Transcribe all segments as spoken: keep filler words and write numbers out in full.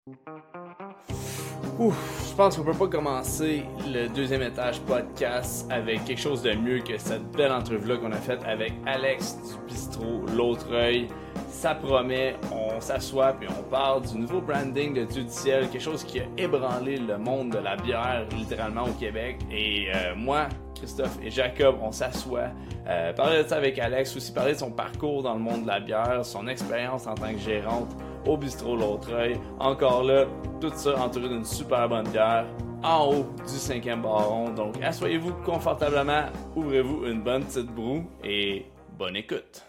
Ouf, je pense qu'on peut pas commencer le deuxième étage podcast avec quelque chose de mieux que cette belle entrevue-là qu'on a faite avec Alex du bistrot L'Autre Œil. Ça promet, on s'assoit puis on parle du nouveau branding de Dieu du ciel, quelque chose qui a ébranlé le monde de la bière littéralement au Québec. Et euh, moi, Christophe et Jacob, on s'assoit, euh, parler de ça avec Alex, aussi parler de son parcours dans le monde de la bière, son expérience en tant que gérante au bistrot L'Autre Œil. Encore là, tout ça entouré d'une super bonne bière en haut du cinquième baron. Donc, asseyez-vous confortablement, ouvrez-vous une bonne petite broue et bonne écoute.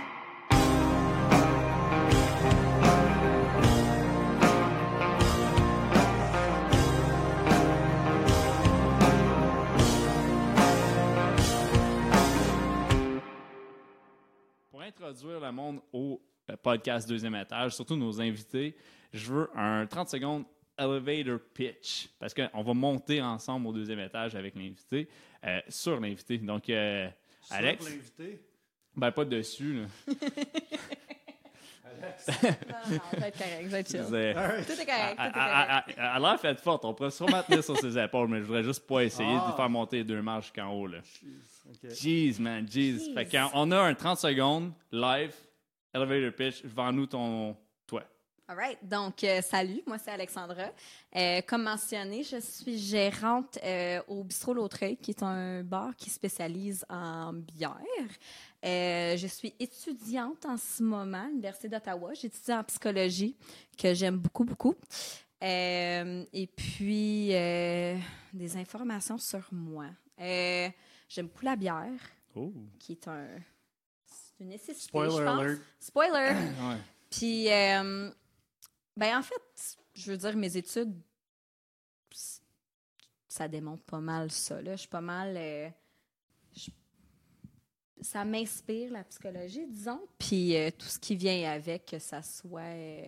Pour introduire le monde au podcast Deuxième Étage, surtout nos invités, je veux un trente secondes elevator pitch, parce qu'on va monter ensemble au deuxième étage avec l'invité, euh, sur l'invité. Donc, euh, sur Alex... l'invité? Ben, pas dessus, là. Alex? Non, non, ça va être correct, ça va être chill. C'est... Tout est correct, tout est correct. Elle a l'air faite forte, on pourrait sûrement tenir sur ses épaules, mais je voudrais juste pas essayer Ah. de faire monter les deux marches jusqu'en haut, là. Okay. Jeez, man, jeez. Jeez. Fait qu'on a un trente secondes, live, elevator pitch, vends-nous ton... toi. All right. Donc, euh, salut, moi, c'est Alexandra. Euh, comme mentionné, je suis gérante euh, au bistrot L'Autre Œil, qui est un bar qui spécialise en bière. Euh, je suis étudiante en ce moment à l'Université d'Ottawa. J'étudie en psychologie, que j'aime beaucoup, beaucoup. Euh, et puis, euh, des informations sur moi. Euh, j'aime beaucoup la bière, Oh. qui est un... c'est une nécessité, Spoiler je pense. alert. Spoiler! Ouais. Puis, euh, ben en fait, je veux dire, mes études, c- ça démontre pas mal ça. Là. Je suis pas mal... euh, je- ça m'inspire, la psychologie, disons. Puis euh, tout ce qui vient avec, que ça soit... euh,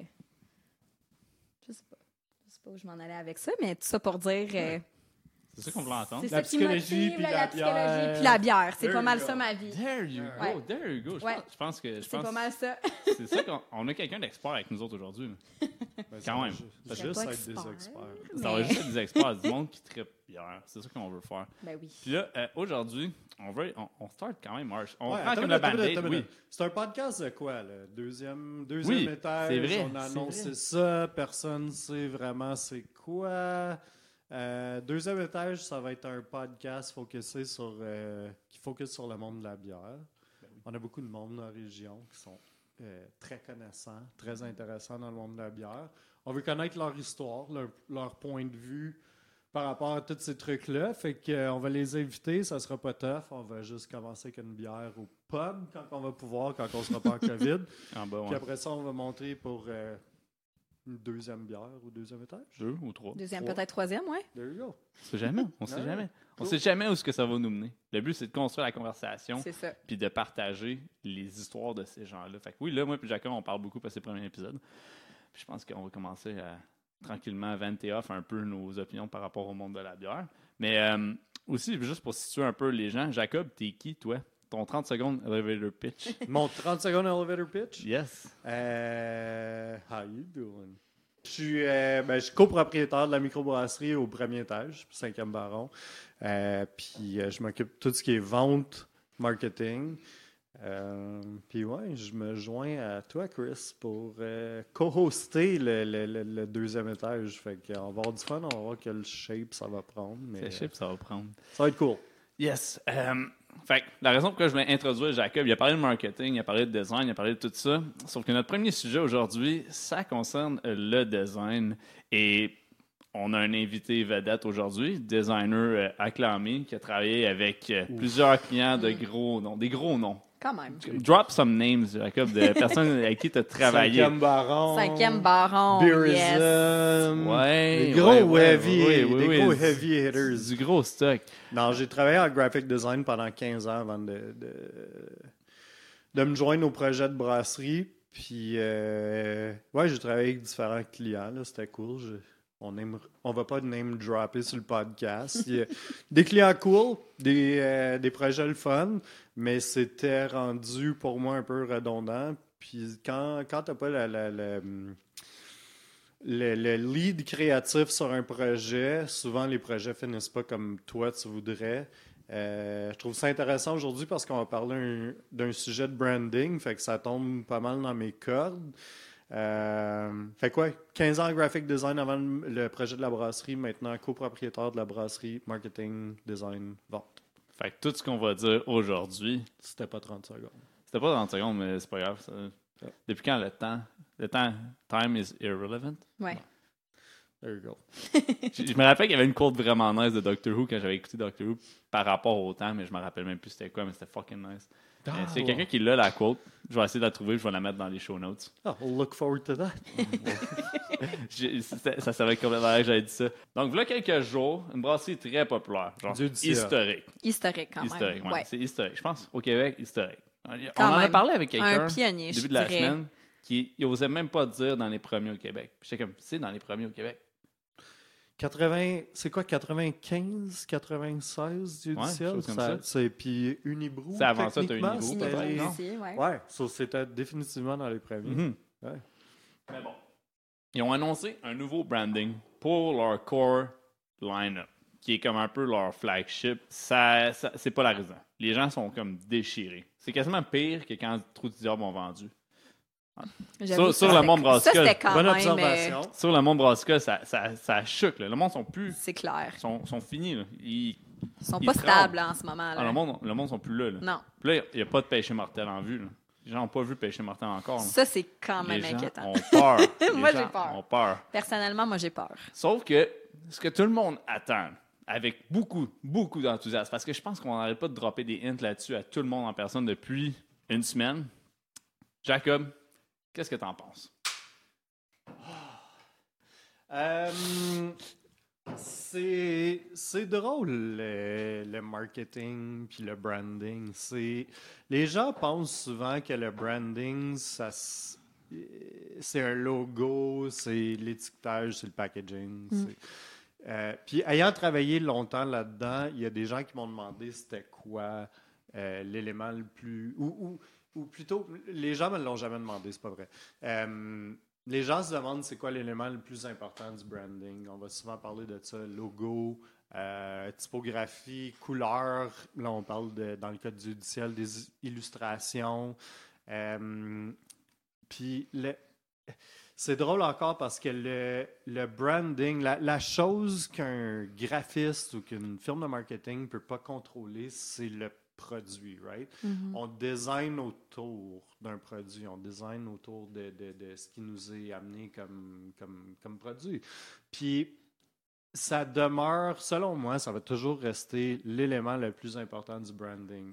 je sais pas. Je sais pas où je m'en allais avec ça, mais tout ça pour dire... euh, C'est ça qu'on voulait entendre. c'est La ça qui psychologie, motive, puis là, la la psychologie, bière. puis la bière. C'est There pas you mal go. ça, ma vie. There you go, Ouais. there you go. Je Ouais. pense, je pense que... Je C'est pense, pas mal ça. C'est ça qu'on on a quelqu'un d'expert avec nous autres aujourd'hui. là. Ben, Quand même. Ça Je va serais juste pas être des expert. experts. Ça va Mais- juste être des experts, du monde qui trippe bière. C'est ça qu'on veut faire. Ben oui. Puis là, euh, aujourd'hui, on veut, on, on start quand même harsh. On Ouais, prend attends comme une le minute, attends une band-aid, minute, attends une oui. minute. C'est un podcast de quoi, là? Deuxième, deuxième Oui, étage. c'est vrai, On a c'est annoncé vrai. ça. Personne ne sait vraiment c'est quoi. Euh, deuxième étage, ça va être un podcast focusé sur, euh, qui focus sur le monde de la bière. On a beaucoup de monde dans la région qui sont euh, très connaissants, très intéressants dans le monde de la bière. On veut connaître leur histoire, leur, leur point de vue par rapport à tous ces trucs-là. Fait qu'on va les inviter, ça sera pas tough. On va juste commencer avec une bière au pub quand on va pouvoir, quand on sera pas en COVID. En bas, Puis ouais. après ça, on va monter pour euh, une deuxième bière au deuxième étage. Deux ou trois. Deuxième, Trois. peut-être troisième, ouais. There you go. On sait jamais. On sait Ouais. jamais. On Cool. sait jamais où ce que ça va nous mener. Le but, c'est de construire la conversation C'est ça. puis de partager les histoires de ces gens-là. Fait que oui, là, moi et Jacob, on parle beaucoup pour ces premiers épisodes. Puis je pense qu'on va commencer à tranquillement venter off un peu nos opinions par rapport au monde de la bière. Mais euh, aussi, juste pour situer un peu les gens, Jacob, t'es qui, toi? Ton trente secondes elevator pitch. Mon trente secondes elevator pitch. Yes. Euh, how you doing? Je suis, euh, ben, je suis copropriétaire de la microbrasserie au premier étage, cinquième baron. Euh, puis euh, je m'occupe de tout ce qui est vente, marketing. Euh, puis ouais, je me joins à toi, Chris, pour euh, co-hoster le, le, le, le deuxième étage. Fait qu'on va avoir du fun, on va voir quel shape ça va prendre. Mais, C'est chip, ça va prendre. euh, ça va être cool. Yes. Euh, fait que la raison pourquoi je voulais introduire Jacob, il a parlé de marketing, il a parlé de design, il a parlé de tout ça. Sauf que notre premier sujet aujourd'hui, ça concerne le design. Et on a un invité vedette aujourd'hui, designer euh, acclamé, qui a travaillé avec euh, plusieurs clients de gros noms, des gros noms. Quand même. Drop some names, Jacob, de personnes avec qui tu as travaillé. Cinquième baron. Cinquième baron. Yes. Beerism. Ouais, Des gros ouais, ouais, heavy, oui, oui, des oui, gros du- heavy hitters. Du gros stock. Non, j'ai travaillé en graphic design pendant quinze ans avant de, de, de me joindre au projet de brasserie. Puis, euh, ouais, j'ai travaillé avec différents clients. Là, c'était cool. Je- on aime, on va pas name dropper sur le podcast. Il y a des clients cool, des, euh, des projets le fun, mais c'était rendu pour moi un peu redondant. Puis, quand, quand t'as pas la, la, la, le, le lead créatif sur un projet, souvent les projets finissent pas comme toi tu voudrais. Euh, je trouve ça intéressant aujourd'hui parce qu'on va parler un, d'un sujet de branding, fait que ça tombe pas mal dans mes cordes. Euh, fait quoi, quinze ans en graphic design avant le, le projet de la brasserie, maintenant copropriétaire de la brasserie, marketing, design, vente. Fait que tout ce qu'on va dire aujourd'hui, C'était pas trente secondes. c'était pas trente secondes, mais c'est pas grave. Ça. Depuis quand le temps, le temps, time is irrelevant? Ouais. There you go. je, je me rappelle qu'il y avait une quote vraiment nice de Doctor Who quand j'avais écouté Doctor Who par rapport au temps, mais je me rappelle même plus c'était quoi, mais c'était fucking nice. Ah, euh, c'est wow. quelqu'un qui l'a la quote. Je vais essayer de la trouver, je vais la mettre dans les show notes. Oh, we'll look forward to that. Je, ça, ça savait complètement que j'avais dit ça. Donc, voilà quelques jours, une brasserie très populaire, genre Dieu du ciel. historique. Historique, quand Historique, même. ouais, c'est historique. Je pense au Québec, historique. On Quand en a même. parlé avec quelqu'un Un pionnier, au je début de la dirais. semaine qui n'osait même pas dire dans les premiers au Québec. Puis j'étais comme, c'est dans les premiers au Québec. quatre-vingts, c'est quoi, quatre-vingt-quinze, quatre-vingt-seize, Dieu Ouais, du ciel? chose comme ça, ça. C'est, puis Unibrou, C'est avant ça, t'as techniquement, Unibrou, c'était peut-être, les- non? aussi, ouais. Ouais, ça, c'était définitivement dans les premiers. Mhm. Ouais. Mais bon. Ils ont annoncé un nouveau branding pour leur core line-up, qui est comme un peu leur flagship. Ça, ça, c'est polarisant. Les gens sont comme déchirés. C'est quasiment pire que quand trop d'étudiants m'ont vendu. J'avoue, Sur- sur ça, le c'était- monde brassicole. Ça, c'était quand Bonne même... observation. euh, Sur le monde brassicole, ça, ça, ça choque. Là. Le monde sont plus... c'est clair. sont, sont finis. Là. Ils, Ils sont Ils pas tremblent. stables là, en ce moment. ah, Là. le monde, le monde sont plus là. là. Non. Puis là, il n'y a pas de péché mortel en vue. Là. Les gens n'ont pas vu péché mortel encore. là. Ça, c'est quand même Les gens inquiétant. ont peur. Les Moi, j'ai gens peur. ont peur. Personnellement, moi, j'ai peur. Sauf que ce que tout le monde attend, avec beaucoup, beaucoup d'enthousiasme, parce que je pense qu'on n'arrête pas de dropper des hints là-dessus à tout le monde en personne depuis une semaine. Jacob, qu'est-ce que tu en penses? Euh, c'est, c'est drôle, le, le marketing puis le branding. C'est, les gens pensent souvent que le branding, ça, s- c'est un logo, c'est l'étiquetage, c'est le packaging. c'est- Euh, puis ayant travaillé longtemps là-dedans, il y a des gens qui m'ont demandé c'était quoi euh, l'élément le plus... Ou, ou, ou plutôt, les gens me l'ont jamais demandé, c'est pas vrai. Euh, les gens se demandent c'est quoi l'élément le plus important du branding. On va souvent parler de ça, logo, euh, typographie, couleur. Là, on parle de, dans le code judiciaire des i- illustrations. Euh, puis le... C'est drôle encore parce que le, le branding, la, la chose qu'un graphiste ou qu'une firme de marketing ne peut pas contrôler, c'est le produit, right? Mhm. On design autour d'un produit, on design autour de, de, de ce qui nous est amené comme, comme, comme produit. Puis, ça demeure, selon moi, ça va toujours rester l'élément le plus important du branding.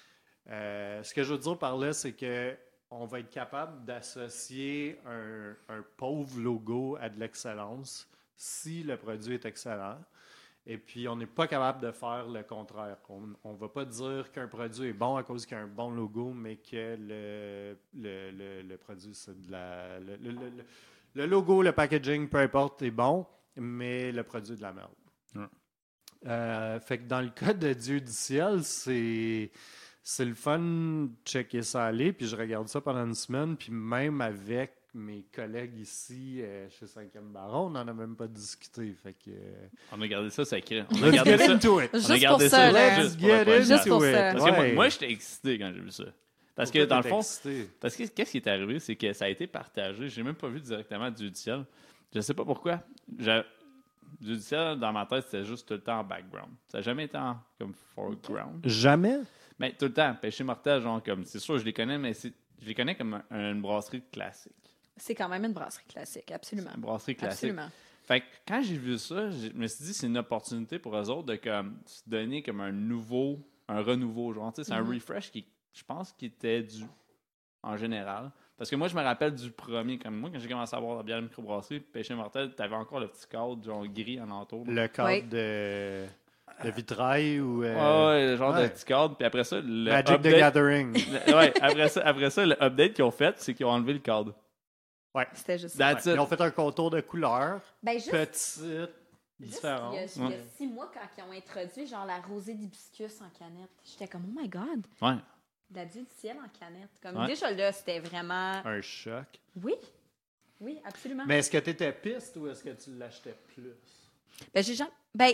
Euh, ce que je veux dire par là, c'est que on va être capable d'associer un, un pauvre logo à de l'excellence si le produit est excellent. Et puis, on n'est pas capable de faire le contraire. On ne va pas dire qu'un produit est bon à cause qu'il y a un bon logo, mais que le, le, le, le produit, c'est de la... Le, le, le, le logo, le packaging, peu importe, est bon, mais le produit est de la merde. Ouais. Euh, fait que dans le cas de Dieu du ciel, c'est... C'est le fun de checker ça aller, puis je regarde ça pendant une semaine, puis même avec mes collègues ici euh, chez cinquième Baron, on n'en a même pas discuté. Fait que, euh, On a gardé ça sacré. On a let's gardé get ça. into it. On a Juste gardé pour ça, là. juste pour le Get podcast. Juste pour into ça. it. Parce que moi, Ouais. moi, j'étais excité quand j'ai vu ça. Parce que Pourquoi dans le t'es fond, excité? parce que qu'est-ce qui est arrivé, c'est que ça a été partagé. J'ai même pas vu directement du ciel. Je sais pas pourquoi. J'ai- Du ciel, dans ma tête, c'était juste tout le temps en background. Ça n'a jamais été en comme foreground. Jamais? Mais tout le temps, péché mortel, genre comme. C'est sûr, je les connais, mais c'est, je les connais comme un- une brasserie classique. C'est quand même une brasserie classique, absolument. Une brasserie classique. Absolument. Fait que quand j'ai vu ça, je me suis dit c'est une opportunité pour eux autres de comme, se donner comme un nouveau, un renouveau. Genre, tu sais, c'est un Mhm. refresh qui, je pense, qui était dû en général. Parce que moi, je me rappelle du premier, comme moi, quand j'ai commencé à boire la bière de microbrasserie, Péché mortel, t'avais encore le petit cadre, genre gris en entour. Le cadre Oui. de, de vitrail ou... euh, Ouais, ouais, le genre ouais. de petit cadre. Puis après ça, le Magic the update, Gathering. le- ouais, après ça, après ça, le update qu'ils ont fait, c'est qu'ils ont enlevé le cadre. C'était juste ça. That's Ouais. it. Ils ont fait un contour de couleurs, Ben, juste, petite, juste, il y a, différente. il y a Ouais. six mois, quand ils ont introduit genre la rosée d'hibiscus en canette, j'étais comme, oh my God, Ouais. la Dieu du ciel en canette. Comme Ouais. déjà là, c'était vraiment... Un choc. Oui. Oui, absolument. Mais est-ce que tu étais piste ou est-ce que tu l'achetais plus? Ben, j'ai jamais... Ben,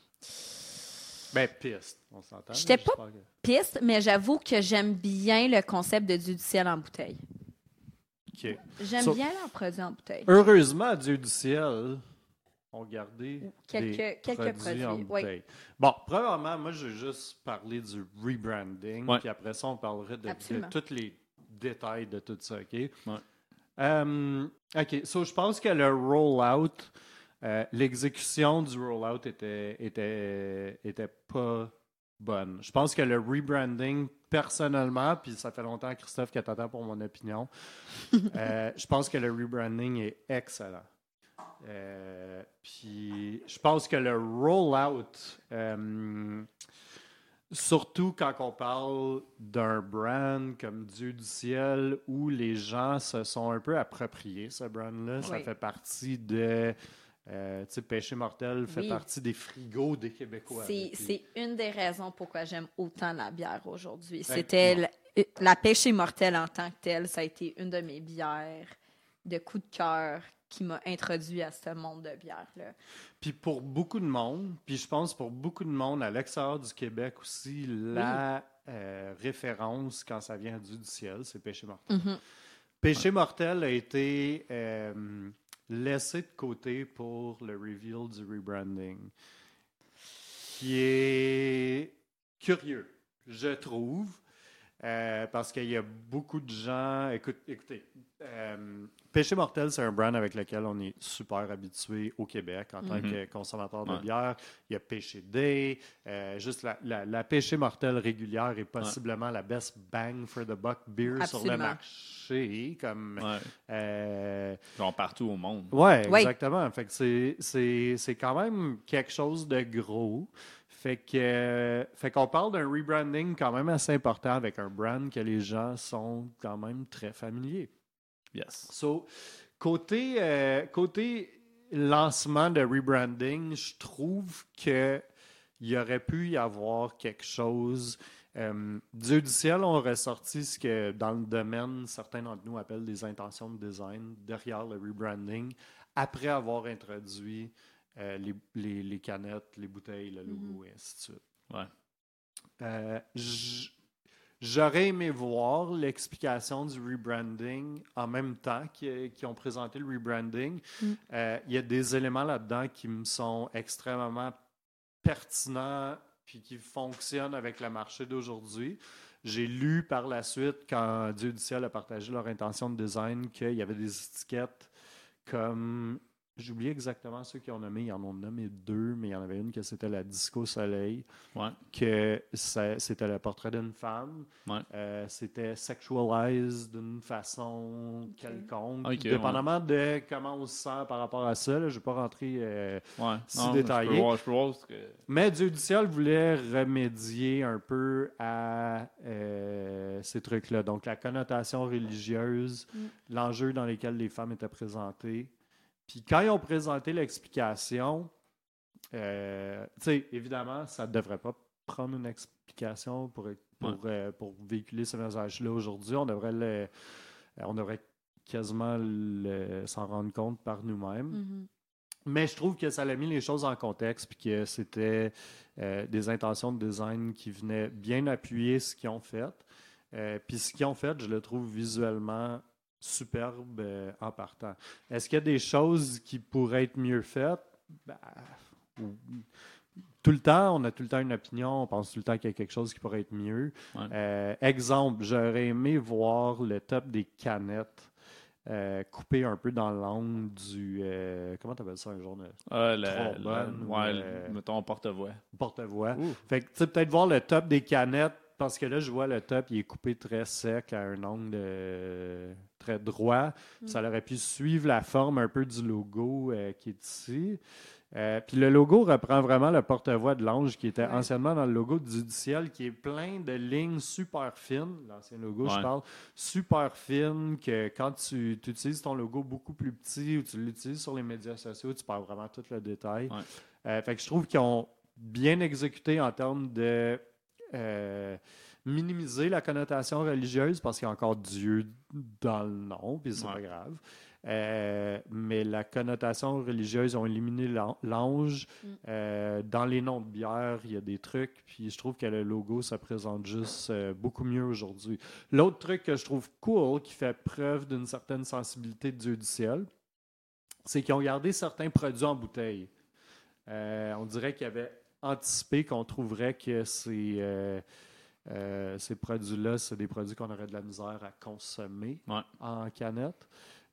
Ben, piste, on s'entend. J'étais là, pas j'espère que- piste, mais j'avoue que j'aime bien le concept de Dieu du ciel en bouteille. OK. J'aime So- bien leurs produits en bouteille. Heureusement, Dieu du ciel ont gardé Quelques- des quelques produits, en produits, oui. bouteille. Bon, premièrement, moi, je vais juste parler du rebranding, Ouais. puis après ça, on parlerait de, de Absolument. tous les détails de tout ça, OK? Ouais. Euh, OK, so je pense que le rollout, euh, l'exécution du rollout était, était, était pas bonne. Je pense que le rebranding, personnellement, puis ça fait longtemps, Christophe, que t'attends pour mon opinion, euh, je pense que le rebranding est excellent. Euh, puis je pense que le rollout, euh, surtout quand on parle d'un brand comme Dieu du ciel, où les gens se sont un peu appropriés ce brand-là, ça Oui. fait partie de... Euh, tu sais, Péché mortel fait Oui. partie des frigos des Québécois. C'est, Puis- c'est une des raisons pourquoi j'aime autant la bière aujourd'hui. Ouais, C'était non. la, la pêche immortelle en tant que telle. Ça a été une de mes bières de coup de cœur qui m'a introduit à ce monde de bière-là. Puis pour beaucoup de monde, puis je pense pour beaucoup de monde à l'extérieur du Québec aussi, la euh, référence quand ça vient du, du ciel, c'est Péché mortel. Mhm. Péché mortel a été euh, laissé de côté pour le reveal du rebranding, qui est curieux, je trouve, euh, parce qu'il y a beaucoup de gens... Écoute, écoutez, euh, Péché mortel, c'est un brand avec lequel on est super habitué au Québec en tant Mhm. que consommateur de Ouais. bière. Il y a Péché Day, euh, juste la, la, la Péché mortel régulière est possiblement la best bang for the buck beer sur le Absolument. marché, comme... Ouais. euh, Genre partout au monde. Ouais, Oui. exactement. Fait que c'est, c'est, c'est quand même quelque chose de gros. Fait que fait qu'on parle d'un rebranding quand même assez important avec un brand que les gens sont quand même très familiers. Yes. So, côté, euh, côté lancement de rebranding, je trouve que il aurait pu y avoir quelque chose. Euh, Dieu du ciel ont ressorti ce que dans le domaine, certains d'entre nous appellent des intentions de design derrière le rebranding, après avoir introduit euh, les, les, les canettes, les bouteilles, le logo, et ainsi de suite. Ouais. Euh, j- J'aurais aimé voir l'explication du rebranding en même temps qu'ils qu'ils ont présenté le rebranding. Mm. Euh, Il y a des éléments là-dedans qui me sont extrêmement pertinents puis qui fonctionnent avec le marché d'aujourd'hui. J'ai lu par la suite, quand Dieu du ciel a partagé leur intention de design, qu'il y avait des étiquettes comme... J'oublie exactement ceux qui ont nommé. Ils en ont nommé deux, mais il y en avait une que c'était la Disco Soleil, Ouais. que ça- c'était le portrait d'une femme. Ouais. Euh, c'était sexualized d'une façon quelconque. Ok, Dépendamment de comment on se sent par rapport à ça, là, je ne vais pas rentrer... euh, Ouais. Si Non, détaillé. Je peux voir, je peux voir ce que... mais Dieu du ciel voulait remédier un peu à euh, ces trucs-là. Donc, la connotation religieuse, Mm. l'enjeu dans lequel les femmes étaient présentées. Puis quand ils ont présenté l'explication, euh, tu sais, évidemment, ça ne devrait pas prendre une explication pour, pour, Ouais. euh, pour véhiculer ce message-là aujourd'hui. On devrait le, on devrait quasiment le- s'en rendre compte par nous-mêmes. Mhm. Mais je trouve que ça a mis les choses en contexte puis que c'était euh, des intentions de design qui venaient bien appuyer ce qu'ils ont fait. Euh, puis ce qu'ils ont fait, je le trouve visuellement superbe euh, en partant. Est-ce qu'il y a des choses qui pourraient être mieux faites? Ben, ou- tout le temps, on a tout le temps une opinion, on pense tout le temps qu'il y a quelque chose qui pourrait être mieux. Ouais. Euh, exemple, j'aurais aimé voir le top des canettes euh, coupé un peu dans l'angle du... euh, comment tu appelles ça un jour? de Ah, le, trombone le- ou, ouais, euh, le- mettons porte-voix. porte-voix. Ouh. Fait que, tu sais, peut-être voir le top des canettes, parce que là, je vois le top, il est coupé très sec à un angle euh, très droit. Mm. Ça aurait pu suivre la forme un peu du logo euh, qui est ici. Euh, Puis le logo reprend vraiment le porte-voix de l'ange qui était Ouais. anciennement dans le logo du du ciel, qui est plein de lignes super fines. L'ancien logo, Ouais. je parle, super fines, que quand tu, tu utilises ton logo beaucoup plus petit ou tu l'utilises sur les médias sociaux, tu perds vraiment tout le détail. Ouais. Euh, fait que je trouve qu'ils ont bien exécuté en termes de euh, minimiser la connotation religieuse parce qu'il y a encore Dieu dans le nom, puis c'est Ouais. pas grave. Euh, mais la connotation religieuse, ils ont éliminé l'an- l'ange. Mm. Euh, dans les noms de bière, il y a des trucs. Puis je trouve que le logo, ça présente juste euh, beaucoup mieux aujourd'hui. L'autre truc que je trouve cool, qui fait preuve d'une certaine sensibilité de Dieu du ciel, c'est qu'ils ont gardé certains produits en bouteille. Euh, on dirait qu'ils avaient anticipé qu'on trouverait que ces, euh, euh, ces produits-là, c'est des produits qu'on aurait de la misère à consommer Ouais. en canette.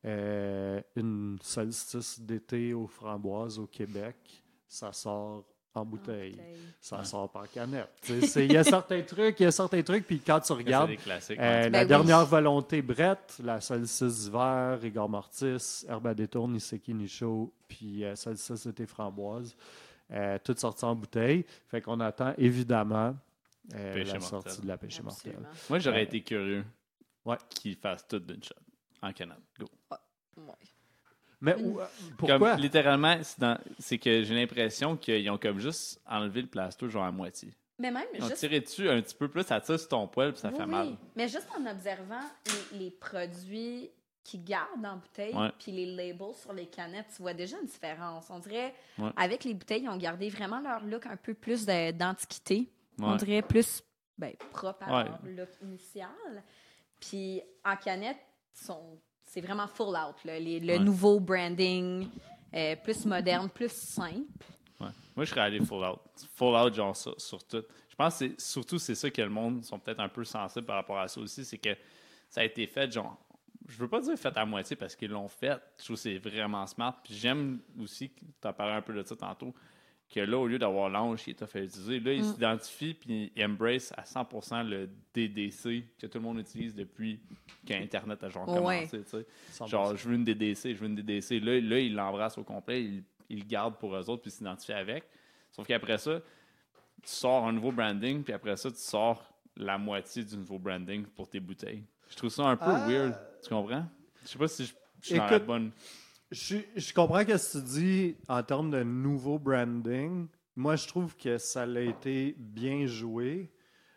Euh, une solstice d'été aux framboises au Québec, ça sort en bouteille. bouteille. Ça Ouais. sort pas en canette. Tu sais, c'est- Il y a certains trucs, il y a certains trucs, puis quand tu C'est regardes, des classiques. euh, ouais. la Ben oui. dernière volonté Brett, la solstice d'hiver, Rigor Mortis, Herbe à détour, ni Seki ni chaud, puis euh, solstice d'été framboise, euh, toutes sorties en bouteille. Fait qu'on attend évidemment euh, Pêché la mortel. sortie de la pêche mortelle. Absolument. Moi, j'aurais Euh, été curieux ouais. qu'ils fassent tout d'une shot en Canada. Go. Ouais. Mais Une- où- euh, pourquoi? Comme, littéralement, c'est, dans- c'est que j'ai l'impression qu'ils ont comme juste enlevé le plaster genre à moitié. Mais même Ils ont juste tiré dessus un petit peu plus, ça tire sur ton poil puis ça Oui, fait oui. mal. Mais juste en observant les, les produits qu'ils gardent en bouteille Ouais. puis les labels sur les canettes, tu vois déjà une différence. On dirait, Ouais. avec les bouteilles, ils ont gardé vraiment leur look un peu plus de- d'antiquité. On Ouais. dirait plus ben, propre à Ouais. leur look initial. Puis en canette, sont, c'est vraiment full out. Là. Les- le Ouais. nouveau branding, euh, plus moderne, plus simple. Ouais. Moi, je serais allé full out. Full out, genre, sur, sur tout. Je pense que c'est, surtout, c'est ça que le monde sont peut-être un peu sensibles par rapport à ça aussi, c'est que ça a été fait, genre, je veux pas dire fait à moitié parce qu'ils l'ont fait. Je trouve que c'est vraiment smart. Puis j'aime aussi, tu as parlé un peu de ça tantôt, que là, au lieu d'avoir l'ange qui est tough à utiliser, là, il Mm. s'identifie puis il embrace à cent pour cent le D D C que tout le monde utilise depuis qu'Internet a genre Ouais. commencé, tu sais. cent pour cent. Genre, je veux une D D C, je veux une D D C. Là, là il l'embrasse au complet, il, il le garde pour eux autres, puis il s'identifie avec. Sauf qu'après ça, tu sors un nouveau branding, puis après ça, tu sors la moitié du nouveau branding pour tes bouteilles. Je trouve ça un peu Ah. weird. Tu comprends? Je sais pas si je, je suis dans la Écoute, bonne... Je, je comprends ce que tu dis en termes de nouveau branding. Moi, je trouve que ça a été bien joué,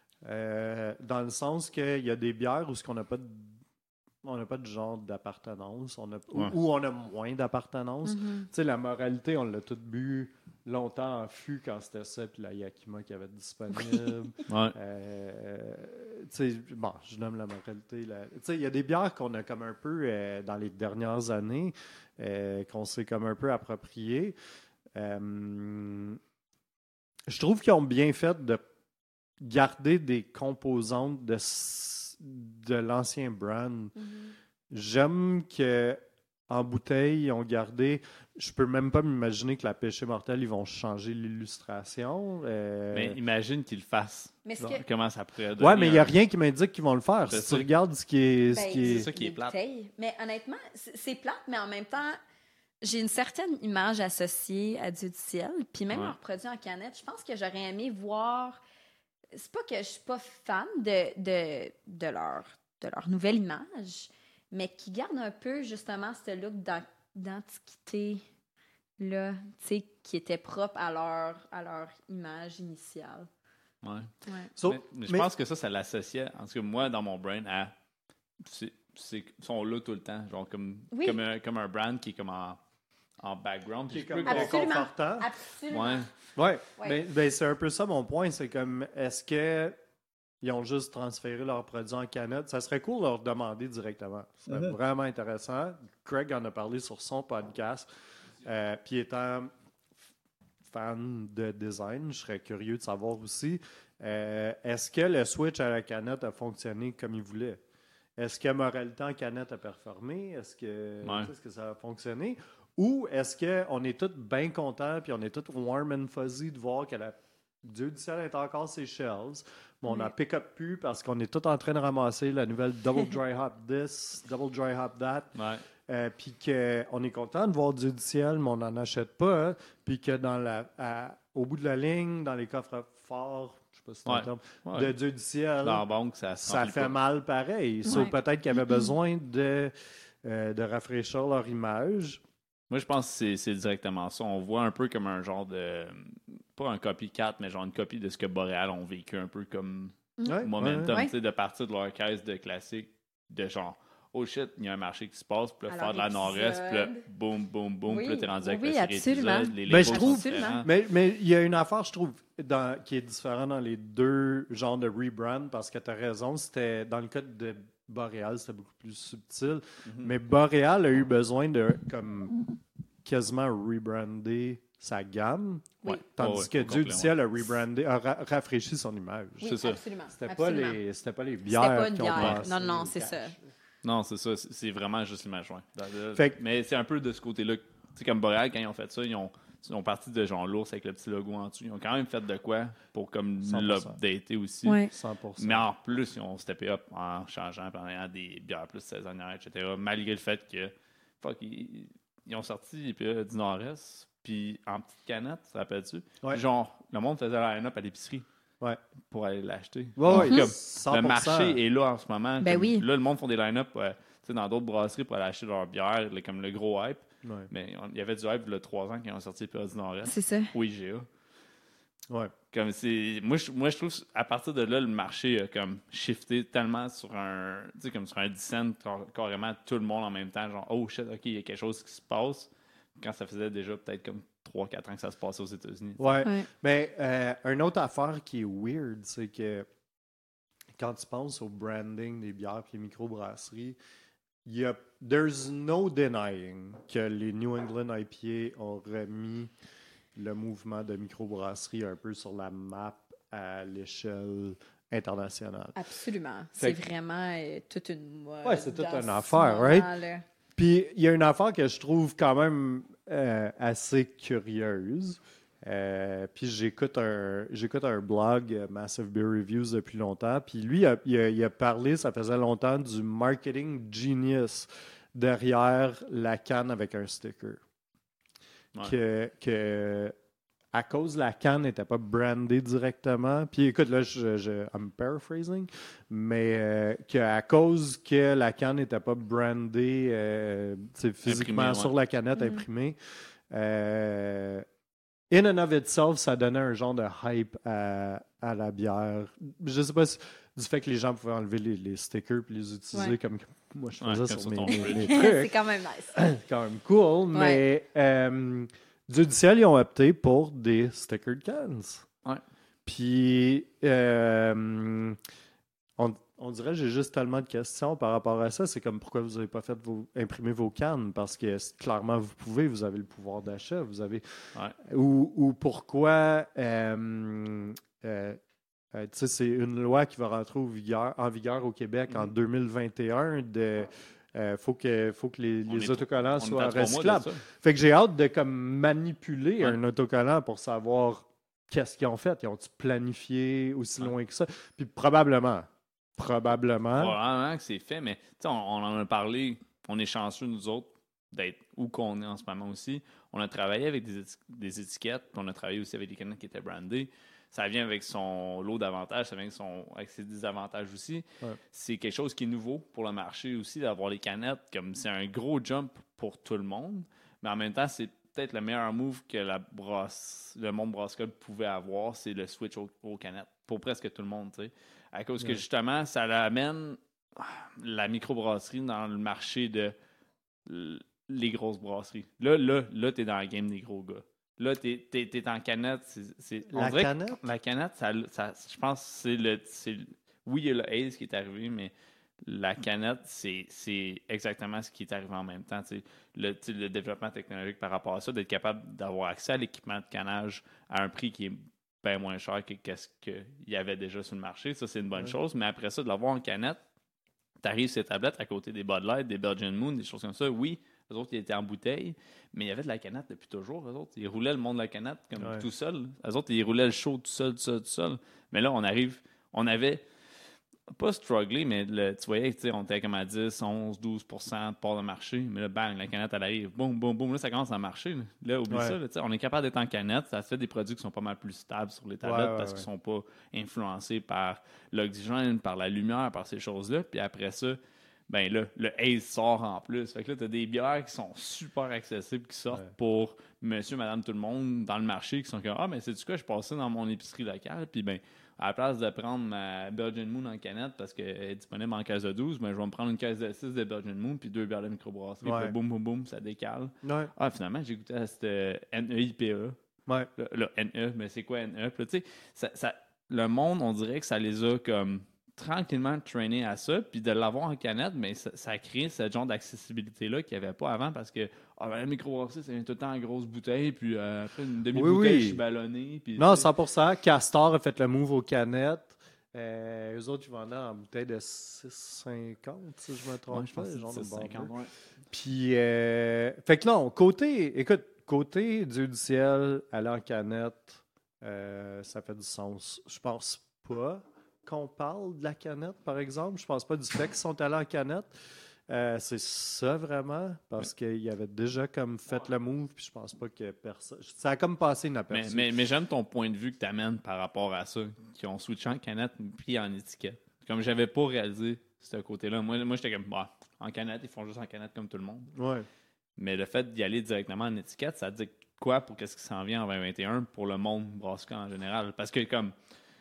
euh, dans le sens qu'il y a des bières où ce qu'on n'a pas de, on n'a pas de genre d'appartenance, on a, ou- Ouais. ou on a moins d'appartenance. Mhm. Tu sais, la moralité, on l'a tout bu longtemps en fût quand c'était ça, puis la Yakima qui avait été disponible. Ouais. Euh, tu sais, bon, je nomme la moralité. la- Tu sais, il y a des bières qu'on a comme un peu, euh, dans les dernières années, euh, qu'on s'est comme un peu appropriées. Euh, je trouve qu'ils ont bien fait de garder des composantes de, s- de l'ancien brand. Mhm. J'aime que en bouteille, ils ont gardé. Je peux même pas m'imaginer que la pêche mortelle, ils vont changer l'illustration. euh, Mais imagine qu'ils le fassent. Mais ce Non. que, Comment ça pourrait Ouais, donner mais il n'y a un- rien qui m'indique qu'ils vont le faire. Je Si tu sais. regardes ce qui est. ce Ben, qui est- c'est ça qui est des plate. bouteilles. Mais honnêtement, c'est c'est plate, mais en même temps, j'ai une certaine image associée à Dieu du ciel. Puis même Ouais. leurs produits en canette, je pense que j'aurais aimé voir. C'est pas que je suis pas fan de, de, de, leur, de leur nouvelle image, mais qui gardent un peu justement ce look d'an- d'antiquité. Là, tu sais, qui était propre à leur, à leur image initiale. Ouais. Ouais. So- mais, mais je mais- pense que ça, ça l'associait, en tout cas, moi, dans mon brain, à. C'est, c'est, ils sont là tout le temps. Genre, comme, Oui. comme, un, comme un brand qui est comme en, en background. qui est Puis je comme peux- Absolument. réconfortant. Absolument. Ouais. Ouais, Ouais. mais ben, c'est un peu ça mon point. C'est comme, est-ce que ils ont juste transféré leurs produits en canette? Ça serait cool de leur demander directement. C'est Mhm. vraiment intéressant. Craig en a parlé sur son podcast. Euh, Puis étant fan de design, je serais curieux de savoir aussi, euh, est-ce que le switch à la canette a fonctionné comme il voulait? Est-ce que Moralité en canette a performé? Est-ce que, Ouais. est-ce que ça a fonctionné? Ou est-ce qu'on est tous bien contents puis on est tous warm and fuzzy de voir que la Dieu du ciel est encore ses shelves, mais on a Oui. pick-up plus parce qu'on est tous en train de ramasser la nouvelle Double Dry Hop this, Double Dry Hop that, Ouais. euh, puis qu'on est content de voir Dieu du ciel, mais on n'en achète pas, hein, puis que dans la, à- au bout de la ligne, dans les coffres forts, je sais pas si c'est un Ouais. terme, Ouais. de Dieu du ciel, Dans la banque, ça se ça remplit fait pas. mal pareil. Sauf Ouais. peut-être qu'ils avaient besoin de, euh, de rafraîchir leur image. Moi, je pense que c'est, c'est directement ça. On voit un peu comme un genre de. Pas un copycat, mais genre une copie de ce que Boréal ont vécu un peu comme Ouais, momentum, Ouais. tu sais, de partir de leur caisse de classique, de genre oh shit, il y a un marché qui se passe, puis là, Alors, faire de la nord-est, puis là, épisode. boum, boum, boum, Oui. puis là, t'es rendu avec Oui, la série absolument. épisode, les Ben, je labels trouve- sont différents. Mais mais il y a une affaire, je trouve, dans, qui est différente dans les deux genres de rebrand, parce que tu as raison, c'était dans le cas de Boréal, c'était beaucoup plus subtil. Mhm. Mais Boréal a eu besoin de comme quasiment rebrander sa gamme, Oui. tandis Ouais, ouais, que au Dieu complet, du ciel a rebrandé, a ra- rafraîchi son image. Oui, C'est ça. absolument. C'était pas absolument. les, c'était pas les C'était bières pas une qui ont bière. passé Non, non, au c'est cash. ça. Non, c'est ça. C'est c'est vraiment juste l'image. Ouais. Dans le- Fait que- Mais c'est un peu de ce côté-là. Tu sais, comme Boréal, quand ils ont fait ça, ils ont, ils ont parti de genre l'ours avec le petit logo en dessous. Ils ont quand même fait de quoi pour comme cent pour cent. l'updater aussi. Ouais. cent pour cent. Mais en plus, ils ont steppé up en changeant, en ayant des bières plus saisonnières, et cetera. Malgré le fait que, fuck, ils, ils ont sorti puis, là, du Nord-Est, puis en petite canette, tu te rappelles-tu? Ouais. Puis genre, le monde faisait la line-up à l'épicerie Ouais. pour aller l'acheter. Ouais, ouais, Comme, cent le pour cent. marché est là en ce moment. Ben Comme, oui. Là, le monde font des line-up euh, tu sais, dans d'autres brasseries pour aller acheter leur bière, le- comme le gros hype. Ouais. Mais on- il y avait du hype il y a trois ans quand ils ont sorti le du Nord-Est. C'est ça. Au I G A. Ouais. Comme c'est moi je, moi je trouve à partir de là le marché a comme shifté tellement sur un tu sais comme sur un descent car- carrément tout le monde en même temps genre oh shit OK il y a quelque chose qui se passe quand ça faisait déjà peut-être comme trois quatre ans que ça se passait aux États-Unis. Ouais. Ouais. Mais euh, une autre affaire qui est weird, c'est que quand tu penses au branding des bières et les microbrasseries, il y a there's no denying que les New England I P A ont remis le mouvement de microbrasserie un peu sur la map à l'échelle internationale. Absolument. Fait C'est que- vraiment euh, toute une mode. Ouais, c'est toute dans une ce affaire, right? moment-là. Puis il y a une affaire que je trouve quand même euh, assez curieuse. Euh, puis j'écoute un j'écoute un blog euh, Massive Beer Reviews depuis longtemps. Puis lui, il a, il a- il a parlé, ça faisait longtemps, du marketing genius derrière la canne avec un sticker. Ouais. Que, que à cause la canne n'était pas brandée directement. Puis écoute, là, je, je I'm paraphrasing, mais euh, qu'à cause que la canne n'était pas brandée euh, tu sais, physiquement Imprimée, ouais. sur la canette Mhm. imprimée, euh, in and of itself, ça donnait un genre de hype à, à la bière. Je sais pas si du fait que les gens pouvaient enlever les, les stickers puis les utiliser Ouais. comme moi je Ouais, faisais comme sur sur mes, ton mes- fridge. mes C'est trucs. quand même nice. C'est quand même cool, mais euh, Dieu du ciel, ils ont opté pour des stickered cans. Ouais. Puis, euh, on, on dirait que j'ai juste tellement de questions par rapport à ça. C'est comme pourquoi vous n'avez pas fait vos, imprimer vos cannes? Parce que c'est- clairement, vous pouvez, vous avez le pouvoir d'achat. Vous avez. Ouais. Ou, ou pourquoi. euh, euh, euh, tu sais, c'est une loi qui va rentrer au vigueur, en vigueur au Québec en Mhm. deux mille vingt et un de. Euh, faut que, faut que les, On les est- autocollants On est à soient trois mois de recyclables. ça. Fait que j'ai hâte de comme manipuler Ouais. un autocollant pour savoir qu'est-ce qu'ils ont fait. Ils ont-ils planifié aussi Ouais. loin que ça? Puis probablement, probablement, Probablement que c'est fait, mais tu sais, on, on en a parlé, on est chanceux, nous autres, d'être où qu'on est en ce moment aussi. On a travaillé avec des, éti- des étiquettes, puis on a travaillé aussi avec des canettes qui étaient brandées. Ça vient avec son lot d'avantages, ça vient avec, son, avec ses désavantages aussi. Ouais. C'est quelque chose qui est nouveau pour le marché aussi, d'avoir les canettes. Comme c'est un gros jump pour tout le monde, mais en même temps, c'est peut-être le meilleur move que la brosse, le monde brassicole pouvait avoir, c'est le switch aux, aux canettes, pour presque tout le monde, tu sais. À cause que Ouais. justement, ça l'amène ah, la microbrasserie dans le marché de l- les grosses brasseries. Là, là, là, t'es dans la game des gros gars. Là, t'es, t'es, t'es en canette. C'est, c'est- on la dirait que canette, la canette, ça, ça- je pense que c'est le, c'est le- oui, il y a le Haze qui est arrivé, mais la canette, c'est, c'est exactement ce qui est arrivé en même temps. tu sais. Le, tu sais, le développement technologique par rapport à ça, d'être capable d'avoir accès à l'équipement de canage à un prix qui est bien moins cher que ce qu'il y avait déjà sur le marché. Ça, c'est une bonne Ouais. chose. Mais après ça, de l'avoir en canette, tu arrives sur les tablettes à côté des Bud Light, des Belgian Moon, des choses comme ça. Oui, eux autres, ils étaient en bouteille, mais il y avait de la canette depuis toujours. Eux autres, ils roulaient le monde de la canette comme Ouais. tout seul. Eux autres, ils roulaient le show tout seul, tout seul, tout seul. Mais là, on arrive, on avait pas strugglé, mais le, tu voyais, tu sais, on était comme à dix, onze, douze pour cent de part de marché. Mais là, bang, la canette, elle arrive. Boum, boum, boum. Là, ça commence à marcher. Là, Là, oublie Ouais. ça. Là, tu sais, on est capable d'être en canette. Ça fait des produits qui sont pas mal plus stables sur les tablettes Ouais, ouais, parce ouais. qu'ils sont pas influencés par l'oxygène, par la lumière, par ces choses-là. Puis après ça, ben là, le Ace sort en plus. Fait que là, t'as des bières qui sont super accessibles, qui sortent ouais. pour monsieur, madame, tout le monde dans le marché, qui sont comme « Ah, mais c'est du quoi, je passais dans mon épicerie locale, puis ben, à la place de prendre ma Belgian Moon en canette parce qu'elle est disponible en caisse de douze, ben, je vais me prendre une caisse de six de Belgian Moon, puis deux bières de microbrasserie, ouais. puis boum, boum, boum, ça décale. Ouais. Ah, finalement, j'ai goûté à cette N E I P A. Ouais. Le, le N E, mais c'est quoi N E? Puis tu sais, ça, ça, le monde, on dirait que ça les a comme tranquillement traînés à ça, puis de l'avoir en canette, mais ça, ça a créé ce genre d'accessibilité-là qu'il n'y avait pas avant, parce que ah, ben, la microbrasserie, c'est tout le temps en grosse bouteille, puis euh, après une demi-bouteille, oui, oui. je suis ballonné. Puis, non, cent pour cent. Castor a fait le move aux canettes. Euh, eux autres, ils vendaient en bouteille de six cinquante, si je me trompe ouais, je pas. Pense genre de six cinquante, ouais. Puis, euh, fait que non, côté, écoute, côté Dieu du ciel, aller en canette, euh, ça fait du sens. Je pense pas qu'on parle de la canette, par exemple. Je pense pas du fait qu'ils sont allés en canette. Euh, c'est ça vraiment, parce qu'il y avait déjà comme fait le move, puis je pense pas que personne... Ça a comme passé inaperçu. Mais, mais, mais j'aime ton point de vue que tu amènes par rapport à ça, qui ont switché en canette puis en étiquette. Comme j'avais pas réalisé ce côté-là. Moi, moi j'étais comme, bah, en canette, ils font juste en canette comme tout le monde. Ouais. Mais le fait d'y aller directement en étiquette, ça dit quoi pour qu'est-ce qui s'en vient en vingt vingt et un pour le monde brassicole en général? Parce que comme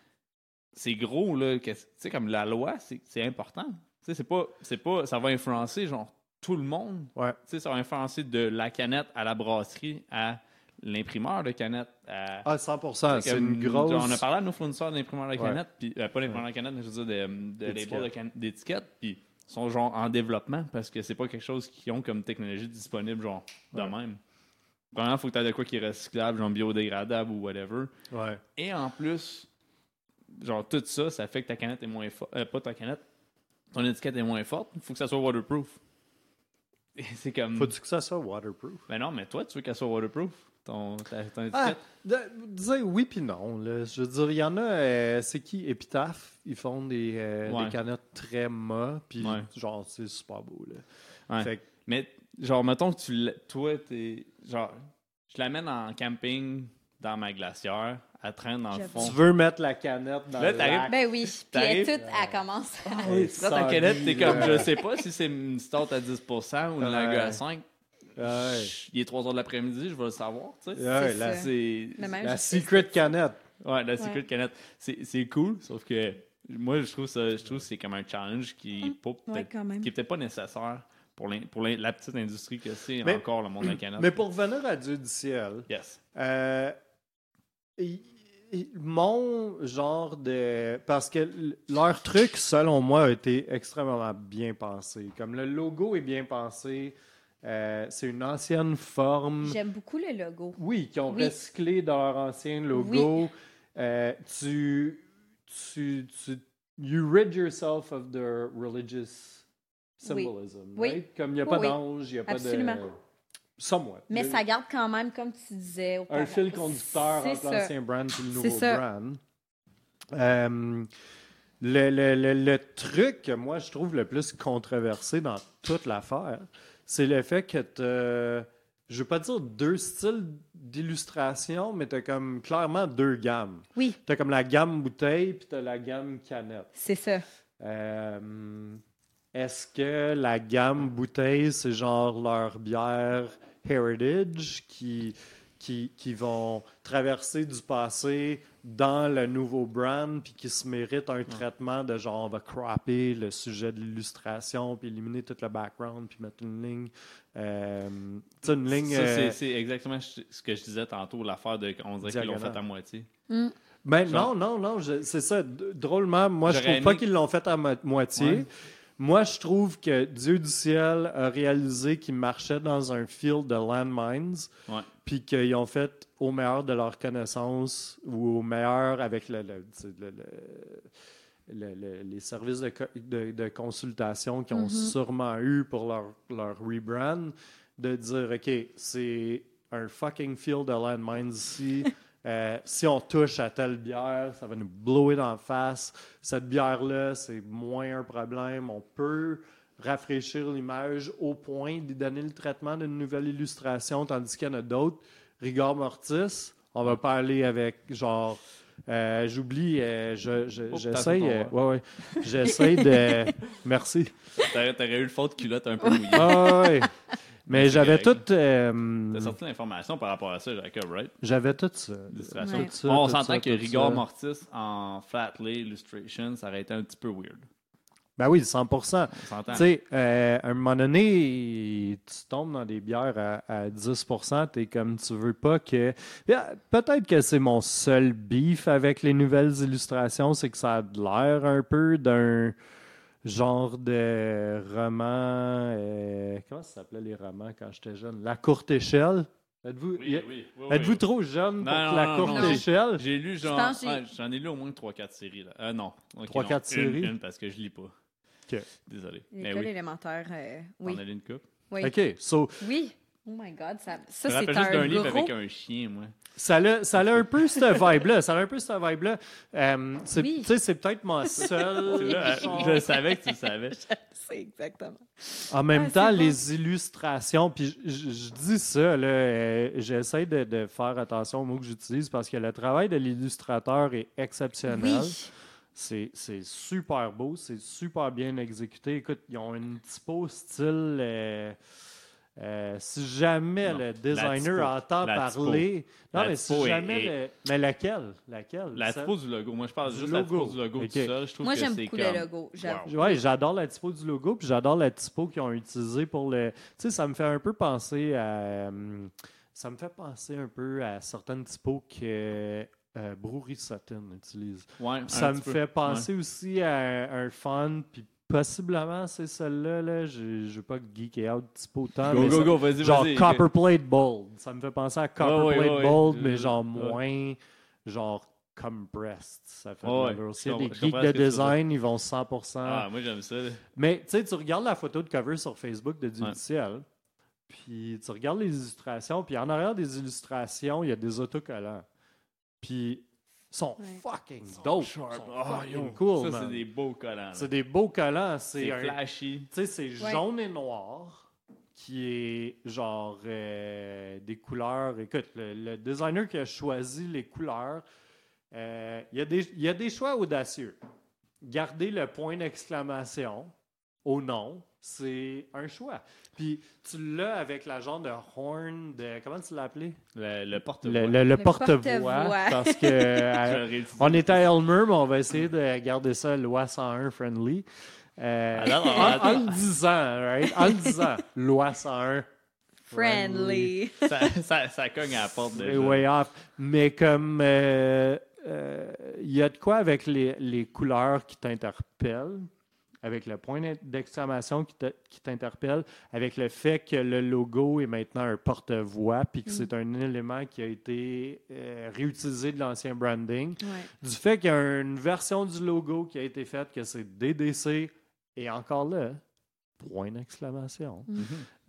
c'est gros, là, tu sais, comme la loi, c'est, c'est important. Tu sais, c'est pas, c'est pas, ça va influencer genre tout le monde. Ouais. Tu sais, ça va influencer de la canette à la brasserie à l'imprimeur de canette. À, ah, cent pour cent, c'est une grosse... On a parlé à nos fournisseurs d'imprimeurs de canette, ouais. puis euh, pas d'imprimeurs ouais. de canette, mais je veux dire de, de labels de can- d'étiquettes, puis ils sont genre en développement parce que c'est pas quelque chose qu'ils ont comme technologie disponible genre de ouais. même. Premièrement, il faut que tu aies de quoi qui est recyclable, genre biodégradable ou whatever. Ouais. Et en plus, genre tout ça, ça fait que ta canette est moins forte. Euh, pas ta canette, ton étiquette est moins forte. Il faut que ça soit waterproof. Et c'est comme... Faut-tu que ça soit waterproof? Ben non, mais toi, tu veux qu'elle soit waterproof, ton, ta, ton étiquette? Ah, de, disais oui puis non. Là. Je veux dire, il y en a, euh, c'est qui? Epitaph, ils font des, euh, ouais. des canettes très mat, puis ouais. genre, c'est super beau. Là. Ouais. Fait que, mais genre, mettons que tu toi, t'es... Genre, je l'amène en camping dans ma glacière, elle traîne dans je le fond. Tu veux mettre la canette dans là, le lac. Ben oui, puis elle, toute, elle commence. Ah oui, tu prends ta canette, t'es comme, je sais pas si c'est une stout à dix pour cent ou une lager à cinq. Ouais. Il est trois heures de l'après-midi, je vais le savoir, tu sais. Ouais, c'est la, c'est, la secret canette. Ouais, la secret ouais. canette. C'est, c'est cool, sauf que moi, je trouve ça, je trouve que c'est comme un challenge qui n'est hum, ouais, peut-être, peut pas nécessaire pour, pour la petite industrie que c'est mais, encore le monde de la canette. Mais pour revenir à Dieu du ciel, yes. euh, y, y, mon genre de... Parce que leur truc, selon moi, a été extrêmement bien pensé. Comme le logo est bien pensé... Euh, c'est une ancienne forme. J'aime beaucoup le logo. Oui, qui ont oui. recyclé dans leur ancien logo. Oui. Euh, tu, tu, tu, you rid yourself of the religious symbolism, oui. right? Oui. Comme il n'y a pas oui. d'ange, il n'y a Absolument. pas de... Somewhat. Mais le... ça garde quand même, comme tu disais... Un fil conducteur c'est entre ça. l'ancien brand et le nouveau c'est brand. Euh, le, le, le, le truc que moi, je trouve le plus controversé dans toute l'affaire, c'est le fait que tu je veux pas dire deux styles d'illustration, mais tu as comme clairement deux gammes. Oui. Tu as comme la gamme bouteille puis tu as la gamme canette. C'est ça. Euh, est-ce que la gamme bouteille, c'est genre leur bière Heritage qui, qui, qui vont traverser du passé dans le nouveau brand puis qui se méritent un ouais. traitement de genre on va cropper le sujet de l'illustration puis éliminer tout le background puis mettre une ligne euh, tu sais une ligne ça, euh, c'est, c'est exactement ce que je disais tantôt, l'affaire de on dirait diagonale. Qu'ils l'ont fait à moitié mm. ben genre, non, non, non je, c'est ça, drôlement moi je trouve aimé... pas qu'ils l'ont fait à mo- moitié ouais. Moi, je trouve que Dieu du ciel a réalisé qu'ils marchaient dans un field de landmines, ouais. puis qu'ils ont fait au meilleur de leur connaissance ou au meilleur avec le, le, le, le, le, les services de, de, de consultation qu'ils ont mm-hmm. sûrement eu pour leur, leur rebrand, de dire, OK, c'est un fucking field de landmines ici. Euh, si on touche à telle bière, ça va nous blower dans la face. Cette bière-là, c'est moins un problème. On peut rafraîchir l'image au point d'y donner le traitement d'une nouvelle illustration, tandis qu'il y en a d'autres. Rigor mortis, on va pas aller avec genre Euh, j'oublie, euh, je, je, Oh, j'essaye, t'as euh, fait ouais, ouais, j'essaye de, merci. T'aurais, t'aurais eu le fond de culotte un peu mouillé. Ah, ouais. Mais C'est j'avais correct. tout, euh, T'as sorti l'information par rapport à ça, Jacob, right? j'avais tout ça. Illustration. Ouais. Tout ça, On tout s'entend ça, que tout Rigor ça. Mortis en flat lay illustration, ça aurait été un petit peu weird. Ben oui, cent pour cent. On s'entend. Tu sais, euh, à un moment donné, tu tombes dans des bières à, à dix pour cent, t'es comme tu veux pas que... Bien, peut-être que c'est mon seul beef avec les nouvelles illustrations, c'est que ça a de l'air un peu d'un genre de roman... euh, comment ça s'appelait les romans quand j'étais jeune? La courte échelle? Êtes-vous, Oui, oui, oui, êtes-vous oui. trop jeune pour Non, non, la non, courte non, j'ai- échelle? J'ai lu genre. pense que j'ai- ouais, j'en ai lu au moins trois quatre séries. Là. Euh, non. Ok, Trois, non, quatre une, séries? Une parce que je lis pas. OK. Désolé. Mais L'école oui. élémentaire, euh, oui. On a lu une coupe. oui. OK, so, Oui. Oh my God, ça, ça Je me c'est rappelle juste d'un un livre gros... avec un chien, moi. ça a, ça a un peu cette vibe-là. Ça a un peu cette vibe-là. Euh, c'est, Oui. Tu sais, c'est peut-être mon seul... C'est là, genre- je savais que tu le savais. C'est exactement. En même Ah, temps, c'est bon. les illustrations, puis je, je- je dis ça, là, euh, j'essaie de, de faire attention aux mots que j'utilise parce que le travail de l'illustrateur est exceptionnel. Oui. C'est, c'est super beau, c'est super bien exécuté. Écoute, ils ont une typo style... euh, euh, si jamais Non, le la designer typo. entend La parler... Non, La mais typo si est- jamais... est- le- Mais laquelle? Laquelle? La Celle- typo du logo. Moi, je parle Du juste de la logo. typo du logo Ok. tout seul. Je trouve Moi, que j'aime c'est beaucoup comme... le logo. j'avoue. Wow. Oui, j'adore la typo du logo, puis j'adore la typo qu'ils ont utilisée pour le... Tu sais, ça me fait un peu penser à... euh, ça me fait penser un peu à certaines typos que euh, Brewery Sutton utilise. Ouais, Puis ça un me petit peu. fait penser aussi à un fun, puis possiblement c'est celle-là, là. Je ne veux pas geeker out typo tant, Go, mais go, ça- go, vas-y, genre vas-y. Copperplate Bold. Ça me fait penser à Copperplate ouais, ouais. Bold, mais Euh, genre ouais. moins... genre compressed. Ça fait Ouais, de ouais. aussi Je des comprends- je geeks comprends de ce que tu veux design, ils vont cent pour cent. Ah, moi, j'aime ça. là. Mais tu sais, tu regardes la photo de cover sur Facebook de Du Ciel, puis tu regardes les illustrations, puis en arrière des illustrations, il y a des autocollants. Puis ils sont Ouais. fucking dope. Ils Sharp. sont Ah, fucking yo, cool, ça, man. c'est des beaux collants. là. C'est des beaux collants. C'est C'est un- flashy. tu sais, c'est Ouais. jaune et noir, qui est genre euh, des couleurs. Écoute, le, le designer qui a choisi les couleurs, euh, il y a des- il y a des choix audacieux. Garder le point d'exclamation au nom, c'est un choix. Puis tu l'as avec la genre de horn de. Comment tu l'as appelé? Le, le porte-voix. Le, le- le Le porte-voix. porte-voix. Parce que. euh, J'aurais dit- on est à Elmer, mais on va essayer de garder ça loi cent un friendly. Euh, Alors, en, attends. en le disant, right? En le disant, loi cent un. Friendly. ça, ça, ça cogne à la porte C'est déjà. way off. Mais comme euh, euh, il y a de quoi avec les, les couleurs qui t'interpellent, avec le point d'exclamation qui te- qui t'interpelle, avec le fait que le logo est maintenant un porte-voix, puis que Mm. c'est un élément qui a été euh, réutilisé de l'ancien branding. Ouais. Du fait qu'il y a une version du logo qui a été faite, que c'est D D C, et encore là, point d'exclamation. Mm.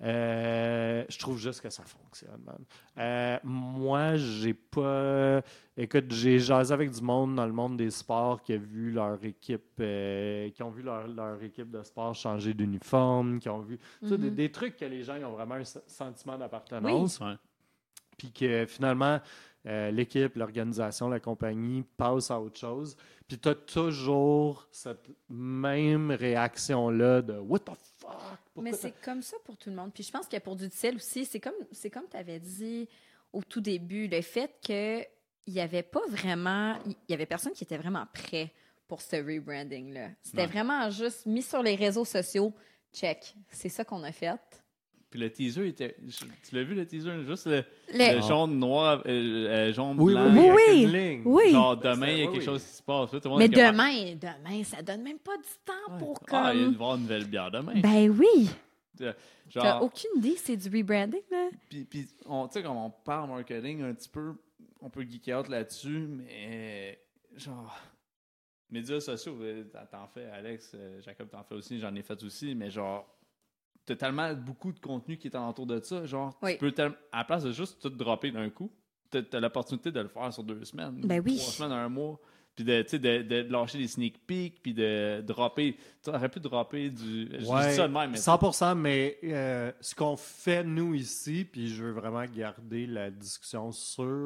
Euh, je trouve juste que ça fonctionne, man. Euh, moi, j'ai pas. Écoute, j'ai jasé avec du monde dans le monde des sports qui a vu leur équipe, euh, qui ont vu leur, leur équipe de sport changer d'uniforme, qui ont vu tu sais, des, Mhm. des trucs que les gens ils ont vraiment un s- sentiment d'appartenance. Ouais. Puis que finalement, euh, l'équipe, l'organisation, la compagnie passe à autre chose. Puis tu as toujours cette même réaction-là de What the fuck? Pourquoi Mais t'as- c'est comme ça pour tout le monde. Puis je pense que pour du ciel aussi, c'est comme c'est comme tu avais dit au tout début, le fait que il y avait pas vraiment, il y avait personne qui était vraiment prêt pour ce rebranding là. C'était Ouais. vraiment juste mis sur les réseaux sociaux. Check, c'est ça qu'on a fait. Puis le teaser était. Tu l'as vu le teaser? Juste le, Le- le jaune, noir, euh, euh, jaune, Oui, blanc. oui, oui, Oui, avec une ligne. oui. Genre demain, il y a Oui, quelque oui. chose qui se passe. Là, tout le monde Mais est comme, demain, demain, ça donne même pas du temps ah, pour ah, il y a comme. une, voir une nouvelle bière demain. Ben oui. Euh, T'as Genre, aucune idée, c'est du rebranding là. puis, puis on, tu sais, quand on parle marketing un petit peu, on peut geeker out là-dessus, mais genre, médias sociaux, euh, t'en- t'en fais, Alex, euh, Jacob t'en fais aussi, j'en ai fait aussi, mais genre, t'as tellement beaucoup de contenu qui est alentour de ça, genre, Oui. tu peux, tel- à la place de juste tout dropper d'un coup, t'as, t'as l'opportunité de le faire sur deux semaines, Ben oui. trois semaines, un mois, puis de, tu sais, de, de lâcher des sneak peeks, puis de dropper, tu aurais pu dropper du, je dis Ouais, ça de même, mais cent pour cent, mais euh, ce qu'on fait, nous, ici, puis je veux vraiment garder la discussion sur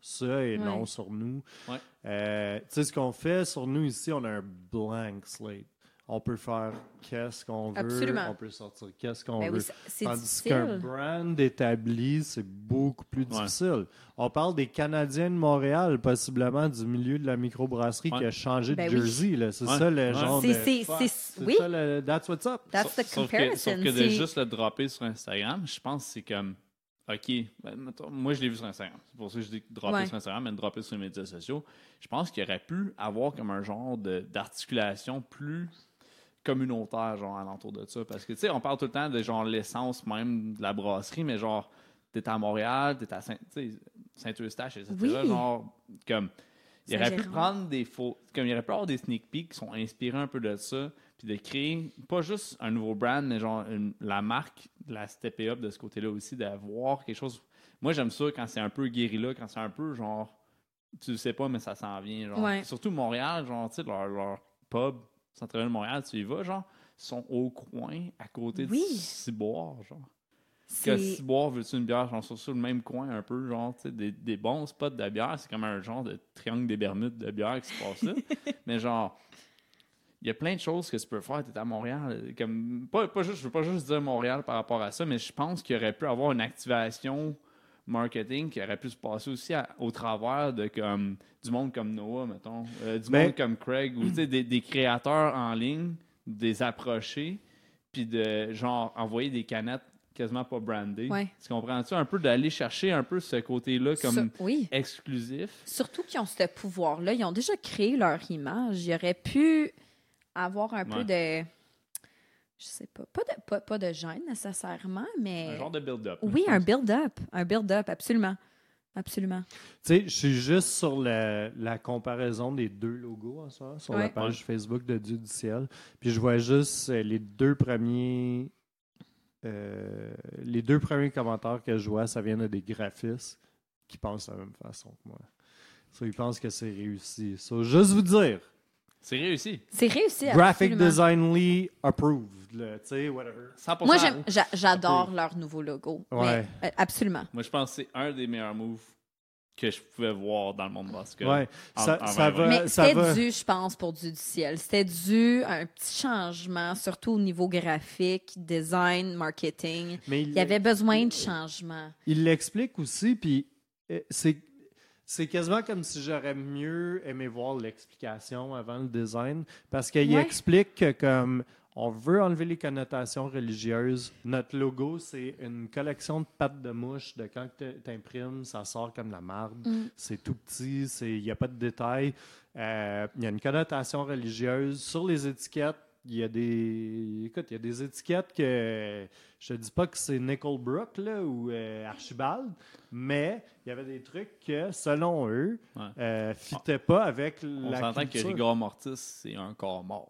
ça et Ouais. non sur nous. Ouais. Euh, tu sais, ce qu'on fait sur nous ici, on a un blank slate. On peut faire qu'est-ce qu'on veut, Absolument. on peut sortir qu'est-ce qu'on Ben veut. oui, c'est- c'est Tandis qu'un difficile. brand établi, c'est beaucoup plus Ouais. difficile. On parle des Canadiens de Montréal, possiblement du milieu de la microbrasserie Ouais. qui a changé Ben de oui. jersey. Là. C'est Ouais. ça le Ouais. genre C'est- de... c'est- Fuck, c'est- c'est oui. ça le... That's what's up. That's the Sauf que, comparison. sauf que de C'est- juste le dropper sur Instagram, je pense que c'est comme, OK, ben, mettons, moi je l'ai vu sur Instagram. C'est pour ça que je dis dropper Ouais. sur Instagram, mais dropper sur les médias sociaux. Je pense qu'il aurait pu avoir comme un genre de- d'articulation plus communautaire, genre, alentour de ça. Parce que, tu sais, on parle tout le temps de, genre, l'essence même de la brasserie, mais genre, t'es à Montréal, t'es à Saint- tu sais, Saint-Eustache, et cetera. Oui. Genre, comme, il aurait pu Saint-Jérôme. prendre des faux... Comme il aurait pu avoir des sneak peeks qui sont inspirés un peu de ça, puis de créer, pas juste un nouveau brand, mais genre, une- la marque, de la stepper up de ce côté-là aussi, d'avoir quelque chose... Moi, j'aime ça quand c'est un peu guérilla, quand c'est un peu, genre, tu le sais pas, mais ça s'en vient, genre. Ouais. Surtout Montréal, genre, tu sais, leur, leur pub, centre-ville de Montréal, tu y vas, genre, ils sont au coin, à côté Oui. de Ciboire, genre. C'est- Que Ciboire, veux-tu une bière, genre, sur, sur le même coin, un peu, genre, tu sais, des, des bons spots de bière, c'est comme un genre de triangle des Bermudes de bière qui se passe là. Mais genre, il y a plein de choses que tu peux faire, t'es à Montréal, comme, pas, pas juste, je veux pas juste dire Montréal par rapport à ça, mais je pense qu'il y aurait pu avoir une activation marketing qui aurait pu se passer aussi à- au travers de comme du monde comme Noah, mettons, euh, du Ben- monde comme Craig, ou tu sais, des, des créateurs en ligne, des approcher, puis de genre envoyer des canettes quasiment pas brandées. Ouais. Tu comprends-tu? Un peu d'aller chercher un peu ce côté-là comme Ça- oui. exclusif. Surtout qu'ils ont ce pouvoir-là. Ils ont déjà créé leur image. Ils auraient pu avoir un peu Ouais. de... Je sais pas. Pas de, pas, pas de gêne nécessairement, mais... Un genre de build-up. Oui, je un pense. build-up. Un build-up, absolument. Absolument. Tu sais, je suis juste sur la, la comparaison des deux logos en ce moment, sur la Ouais. page Facebook de Dieu du ciel. Puis je vois juste euh, les deux premiers euh, les deux premiers commentaires que je vois, ça vient de des graphistes qui pensent de la même façon que moi. So, ils pensent que c'est réussi. So, juste vous dire, C'est réussi. C'est réussi, Graphic absolument. Design Lee approved, là, tu sais, whatever. cent pour cent. Moi, j'aime- j'a- j'adore leur nouveau logo. Ouais. Mais, euh, absolument. Moi, je pense que c'est un des meilleurs moves que je pouvais voir dans le monde basket. Ouais, En- ça, en ça vingt va, Mais ça c'était va. dû, je pense, pour du, du ciel. C'était dû à un petit changement, surtout au niveau graphique, design, marketing. Mais Il y avait besoin de changement. Il l'explique aussi, puis euh, c'est, c'est quasiment comme si j'aurais mieux aimé voir l'explication avant le design, parce qu'il Ouais. explique que comme on veut enlever les connotations religieuses, notre logo, c'est une collection de pattes de mouche, de quand tu imprimes, ça sort comme la marde. Mm. C'est tout petit, c'est- il n'y a pas de détails. Euh, il y a une connotation religieuse. Sur les étiquettes, il y a des. Écoute, il y a des étiquettes que. Je te dis pas que c'est Nickelbrook là, ou euh, Archibald, mais il y avait des trucs que, selon eux, Ouais. euh, fitaient pas avec On la s'entend que culture. Rigor Mortis, c'est un corps mort.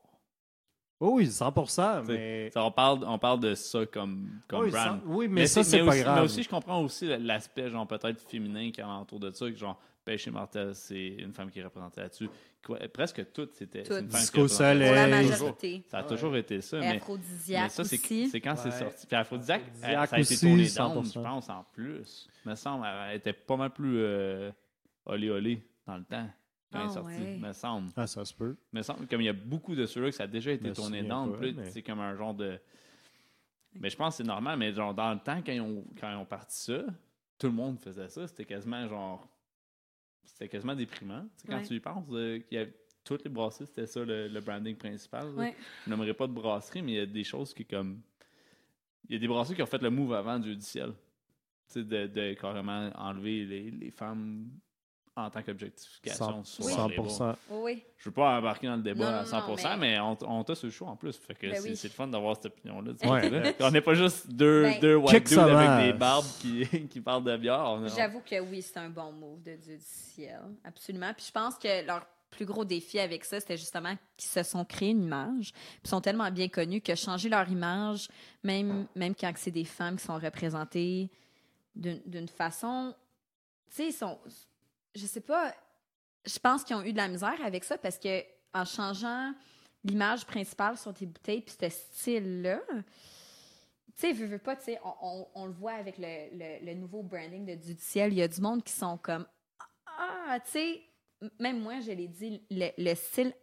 Oh oui, cent pour cent, T'sais, mais. Ça, on, parle, on parle de ça comme, comme oui, brand. cent- oui, mais, ça, c'est- c'est pas aussi, grave. Mais aussi, je comprends aussi l'aspect, genre, peut-être féminin qui est alentour de ça, que genre, Péché Mortel, c'est une femme qui est représentée là-dessus. Quoi, presque toutes, c'était c'est une Toutes. femme Disco qui est représentée Soleil. Pour la Hey. majorité. Ça a toujours été ça, Et mais, aphrodisiaque mais ça, c'est aussi. c'est quand c'est Ouais. sorti. Puis Aphrodisiaque, Aphrodisiaque elle- ça a été aussi, tourné cent down, pour je cent. pense, en plus. Me semble, elle était pas mal plus euh, olé olé dans le temps, quand elle Ah est sortie, ouais. me semble. Ah, ça se peut. Me semble, comme il y a beaucoup de ceux-là que ça a déjà été Me tourné souviens down, pas, puis mais- c'est comme un genre de... Mais je pense que c'est normal, mais genre dans le temps, quand ils ont, quand ils ont parti ça, tout le monde faisait ça, c'était quasiment genre... C'était quasiment déprimant, tu sais, quand Ouais. tu y penses, euh, qu'il y a toutes les brasseries, c'était ça le, le branding principal. là. Ouais. Je n'aimerais pas de brasserie, mais il y a des choses qui comme... Il y a des brasseries qui ont fait le move avant Dieu du ciel. Tu sais, de, de carrément enlever les, les femmes en tant qu'objectification sur cent leur pour label. cent. Oui, oui. Je veux pas embarquer dans le débat Non, non, à cent pour cent, non, mais, on, on t'a ce choix en plus. Fait que Ben c'est, oui. c'est le fun d'avoir cette opinion-là. de ce Ouais. côté-là. On n'est pas juste deux, Ben, deux white Kick dudes sauvage. avec des barbes qui, qui parlent de bière. On a- J'avoue que oui, c'est un bon move de Dieu du ciel. Absolument. Puis je pense que leur plus gros défi avec ça, c'était justement qu'ils se sont créés une image. Puis ils sont tellement bien connus que changer leur image, même, même quand c'est des femmes qui sont représentées d'une, d'une façon. Tu sais, ils sont. Je sais pas. Je pense qu'ils ont eu de la misère avec ça parce que en changeant l'image principale sur tes bouteilles puis ce style-là, tu sais, veux, veux pas, tu sais, on, on, on le voit avec le, le, le nouveau branding de Dieu du ciel, il y a du monde qui sont comme tu sais, m- même moi, je l'ai dit, le, le style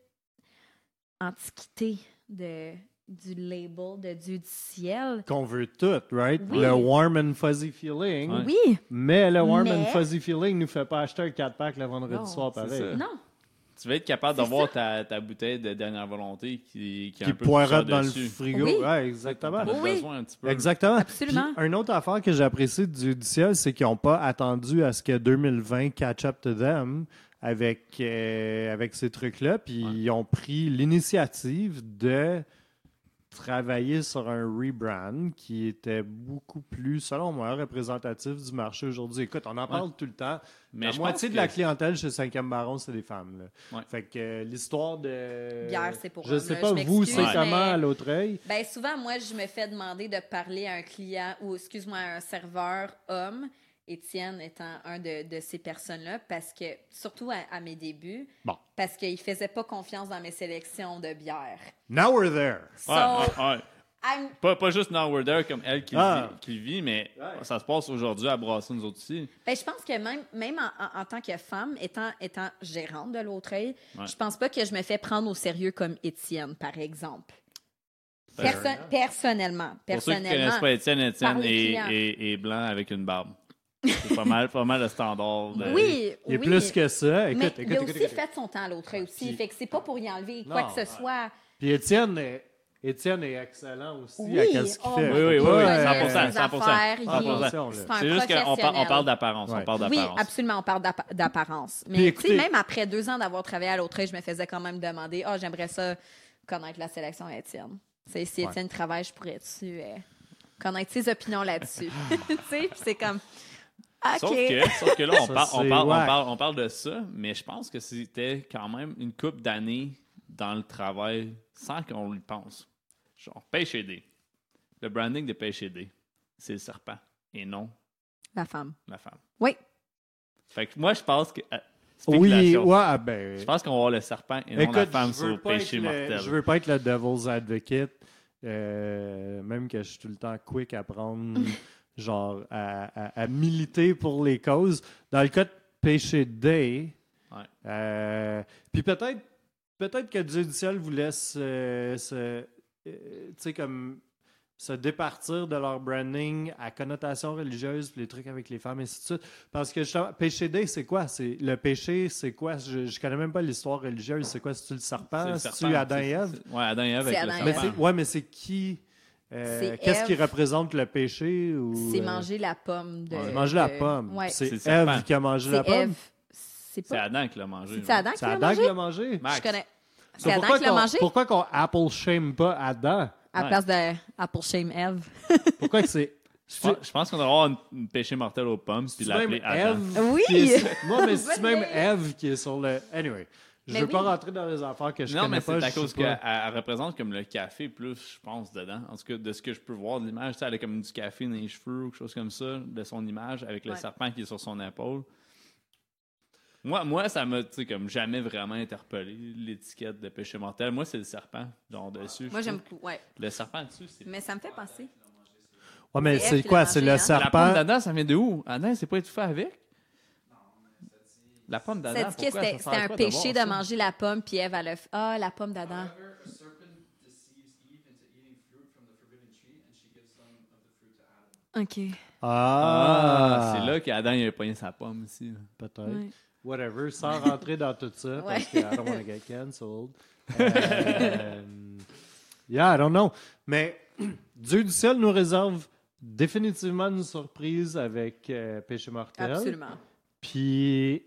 antiquité de, du label de Dieu du ciel. Qu'on veut tout, right? Oui. Le warm and fuzzy feeling. Ouais. Oui, Mais le warm Mais- and fuzzy feeling nous fait pas acheter un quatre pack le vendredi Non, soir, c'est pareil. ça. non. Tu vas être capable C'est d'avoir ta, ta bouteille de dernière volonté qui, qui, est Qui un peu poirote plus dans dessus. le frigo. Oui. Ouais, exactement. T'en as Oui. besoin un petit peu. Exactement. Absolument. Puis, une autre affaire que j'apprécie du, du ciel, c'est qu'ils n'ont pas attendu à ce que deux mille vingt catch up to them avec, euh, avec ces trucs-là. Puis Ouais. ils ont pris l'initiative de travailler sur un rebrand qui était beaucoup plus, selon moi, représentatif du marché aujourd'hui. Écoute, on en parle tout le temps. Mais la je moitié pense de la que- clientèle chez cinquième Baron, c'est des femmes. Là. Ouais. Fait que euh, l'histoire de... Bière, c'est pour Je hommes, sais là. pas, Je vous, c'est m'excuse, comment mais- à l'Autreuil? Ben souvent, moi, je me fais demander de parler à un client ou, excuse-moi, à un serveur homme, Étienne étant un de, de ces personnes-là, parce que, surtout à, à mes débuts, Bon. parce qu'il ne faisait pas confiance dans mes sélections de bière. Now we're there. So, Ouais, ouais, ouais. I'm- Pas, pas juste Now We're There comme elle qui, le Ah. vit, qui le vit, mais Ouais. ça se passe aujourd'hui à brasser nous autres aussi. ben, je pense que même, même en, en- en tant que femme, étant, étant gérante de l'Autreuil, Ouais. je pense pas que je me fais prendre au sérieux comme Étienne, par exemple. Fair Perso- personnellement. Pour ceux qui ne Personnellement. connaissent pas Étienne, Étienne par les est, clients. est- est blanc avec une barbe. C'est pas mal, pas mal le standard. de- Oui, Il y a oui. plus que ça. Écoute, Mais écoute, il a écoute, aussi écoute. fait son temps à l'Autreuil aussi. Puis- Fait que c'est pas pour y enlever Non, quoi que ce ouais. soit. Puis Étienne est, Étienne est excellent aussi Oui, à qu'est-ce qu'il oh fait. my Oui, oui, God, oui, oui, il connaît cent pour cent, ses cent pour cent. affaires, il est- Attention, là. c'est un C'est juste qu'on par- on professionnel. parle d'apparence. Ouais. On parle Oui, d'apparence. absolument, on parle d'appa- d'apparence. Puis Mais tu écoutez- sais, même après deux ans d'avoir travaillé à l'Autreuil, je me faisais quand même demander, ah, j'aimerais ça connaître la sélection Étienne. Tu sais, si Ouais. Étienne travaille, je pourrais-tu euh, connaître ses opinions là-dessus. Tu sais, puis c'est comme, OK. Sauf que, sauf que là, on, Ça, par- on c'est parle, on, whack. parle, on parle de ça, mais je pense que c'était quand même une couple d'années dans le travail sans qu'on y pense. Genre, Pêche et dé. Le branding de Pêche et dé, c'est le serpent et non La femme. la femme. Oui. Fait que moi, je pense que. euh, Oui, spéculation. ouais, ah ben. Je pense qu'on va voir le serpent et non la Écoute, femme je veux sur pas Péché être le- mortel. Je veux pas être le devil's advocate, euh, même que je suis tout le temps quick à prendre, genre, à, à- à militer pour les causes. Dans le cas de Péché Day, Ouais. euh, puis peut-être peut-être que Dieu du ciel vous laisse euh, se, euh, tu sais, comme se départir de leur branding à connotation religieuse, puis les trucs avec les femmes, et ainsi de suite. Parce que justement, péché day, c'est quoi? C'est, le péché, c'est quoi? Je, je connais même pas l'histoire religieuse. C'est quoi? C'est-tu le serpent? C'est le C'est-tu serpent, Adam c'est- et Ève? c'est- Ouais, Adam et Ève C'est avec le Adam et Mais serpent. c'est, ouais, mais c'est qui? euh, C'est qu'est-ce qui Ève. représente le péché? Ou, C'est euh, manger la pomme de. Ouais. manger la de- pomme. Ouais. C'est, C'est le serpent. Ève qui a mangé C'est la pomme? Ève. C'est C'est pas. Adam qui l'a mangé. C'est Adam qui C'est l'a Adam mangé? qui l'a mangé? Max. Je connais. So, C'est Adam pourquoi qui l'a qu'on- mangé? Pourquoi qu'on Apple shame pas Adam? À la Ouais. place de Apple Shame Eve. Pourquoi que c'est... Je pense, je pense qu'on devrait avoir une, une péché mortel aux pommes puis C'est l'appeler même Adam. Ève Oui! qui est sur- Non, mais c'est Bonne même idée. Ève qui est sur le... Anyway, je Mais veux pas oui. rentrer dans les affaires que je Non, connais mais pas. c'est à je sais cause pas. qu'elle elle représente comme le café plus, je pense, dedans. En tout cas, de ce que je peux voir de l'image, tu sais, elle a comme du café dans les cheveux ou quelque chose comme ça, de son image, avec le Ouais. serpent qui est sur son épaule. Moi, moi ça m'a, tu sais, comme jamais vraiment interpellé, l'étiquette de péché mortel. Moi, c'est le serpent, genre dessus. Moi, je j'aime trouve. beaucoup. Ouais. Le serpent dessus, c'est... Mais ça me fait penser. Ouais, mais C'est c'est Ève qui quoi? l'a C'est mangé, le hein? La pomme serpent... d'Adam, ça vient de où? Adam, c'est pas étouffé avec? La pomme d'Adam, Ça dit que pourquoi? c'était Ça sert c'était à un quoi péché voir de ça? manger la pomme, puis Ève, elle a fait ah, la pomme d'Adam. However, a serpent deceives Eve into eating fruit from the forbidden tree, and she gives some of the fruit to Adam. OK. Ah! Ah, c'est là qu'Adam il a pogné sa pomme aussi. Peut-être. Ouais. Whatever, sans rentrer dans tout ça, Ouais. parce que I don't want to get cancelled. Euh, yeah, I don't know. Mais Dieu du ciel nous réserve définitivement une surprise avec euh, Péché mortel. Absolument. Puis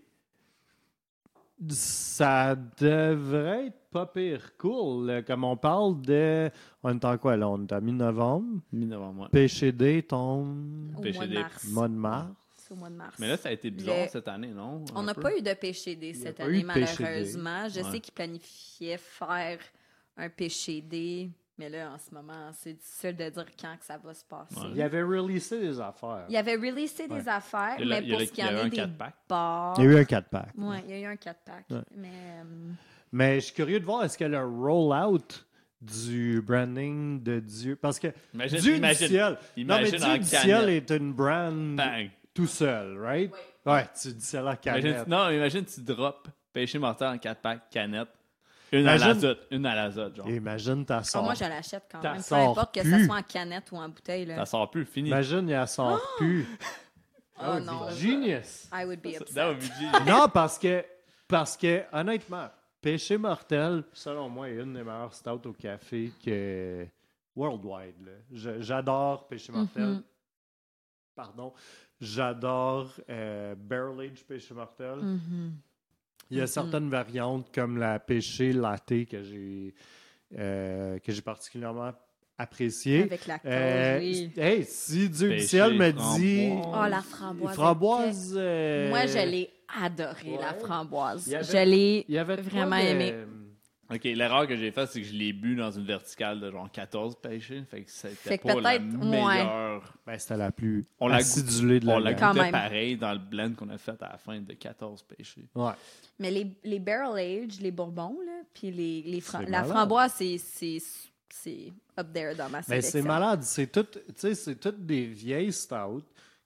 ça devrait être pas pire cool. là. Comme on parle de... On est en quoi là? On est à mi-novembre. Mi-novembre, ouais. Péché day tombe Au Péché mois de des- mars. mois de mars. C'est au mois de mars. Mais là, ça a été bizarre Le- cette année, non? On Un n'a peu? pas eu de péché D y a cette pas eu année, de péché D. malheureusement. Je Ouais. sais qu'ils planifiaient faire un péché D, mais là, en ce moment, c'est difficile de dire quand que ça va se passer. Ouais. Il avait releasé des affaires. Il y avait releasé des Ouais. affaires, Il y a- mais il y a pour le- ce qui il y en a est un des quatre-pack. bars... Il y a eu un quatre pack. Ouais, il y a eu un quatre-pack. Ouais. Mais euh, Mais je suis curieux de voir est-ce que le roll-out du branding de Dieu. Parce que Imagine, Dieu imagine, du ciel. Non, mais imagine Dieu en du canette. ciel est une brand Bang. tout seul, right? Ouais, tu dis ça la Imagine, canette. non, imagine, tu drops Péché mortel en quatre packs, canette. Une Imagine- à l'azote. Une à l'azote, genre. Imagine ta Ah, sort. moi, je l'achète quand Ça même. Peu sort importe que plus. ça soit en canette ou en bouteille. Là. Ça sort plus, fini. Imagine, il sort plus. Oh non. Genius. I would be That upset. would be genius. Non, parce que, parce que, honnêtement, Péché mortel, selon moi, est une des meilleures stouts au café que worldwide. Là. Je- j'adore Péché mortel. Mhm. Pardon. J'adore euh, Barrel Age Péché mortel. Mhm. Il y a Mhm. certaines variantes comme la Péché latte que j'ai euh, que j'ai particulièrement appréciée. Avec la cause, Euh, oui. Hey, si Dieu du Péché, ciel me dit framboise. Oh, la framboise. framboise, était- euh, Moi, je l'ai adorée, la ouais. framboise. Il y avait- Je l'ai il y avait de vraiment quoi de- aimé. OK, l'erreur que j'ai faite, c'est que je l'ai bu dans une verticale de genre quatorze pêchés. Fait que c'était Fait que pas la peut-être, meilleure. Ben, c'était la plus On l'a acidulée de la On la gamme. Quand goûtait même. pareil dans le blend qu'on a fait à la fin de quatorze pêchés. Ouais. Mais les, les barrel age, les bourbons, là, puis les, les fra- C'est la malade. framboise, c'est, c'est, c'est up there dans ma Mais sélection. c'est malade. C'est tout, tu sais, c'est toutes des vieilles stouts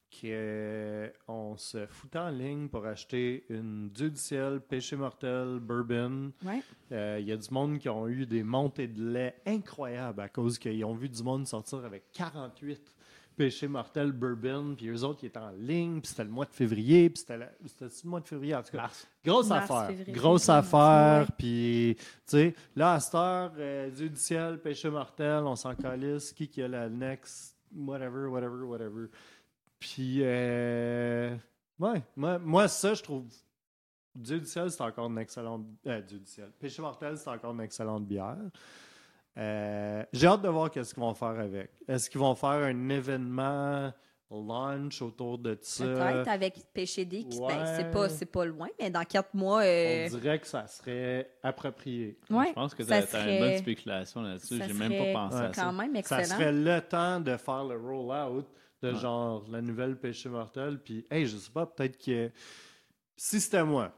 qu'on se foutait en ligne pour acheter une Dieu du ciel, péché mortel, bourbon. Ouais. Il y a du monde qui ont eu des montées de lait incroyables à cause qu'ils ont vu du monde sortir avec quarante-huit péché mortel bourbon, puis eux autres qui étaient en ligne, puis c'était le mois de février, puis c'était, la- c'était le mois de février, en tout cas. Grosse Mars, affaire. février, Grosse février, affaire, ouais. puis, tu sais, là, à cette heure, euh, Dieu du ciel, péché mortel, on s'en calisse, qui qui a la next, whatever, whatever, whatever. Puis, euh, ouais, moi, moi, ça, je trouve, Dieu du ciel, c'est encore une excellente, euh, Dieu du ciel, péché mortel, c'est encore une excellente bière. Euh, j'ai hâte de voir qu'est-ce qu'ils vont faire avec. Est-ce qu'ils vont faire un événement launch autour de ça? Peut-être avec Péché D, qui, ben, Ouais. c'est, pas, c'est pas loin, mais dans quatre mois, euh, On dirait que ça serait approprié. ouais, Je pense que ça t'as t'as une serait- bonne spéculation là-dessus. ça J'ai même serait pas pensé à quand ça. même Ça excellent. serait le temps de faire le roll-out de Ouais. genre la nouvelle péché mortel. Puis, hey, je sais pas, peut-être que si c'était moi,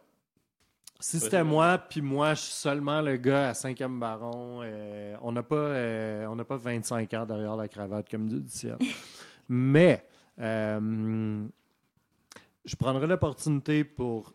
si c'était Possible. moi, puis moi, je suis seulement le gars à cinquième baron, euh, on n'a pas, euh, on n'a pas vingt-cinq ans derrière la cravate comme Dieu du ciel. Mais, euh, je prendrais l'opportunité pour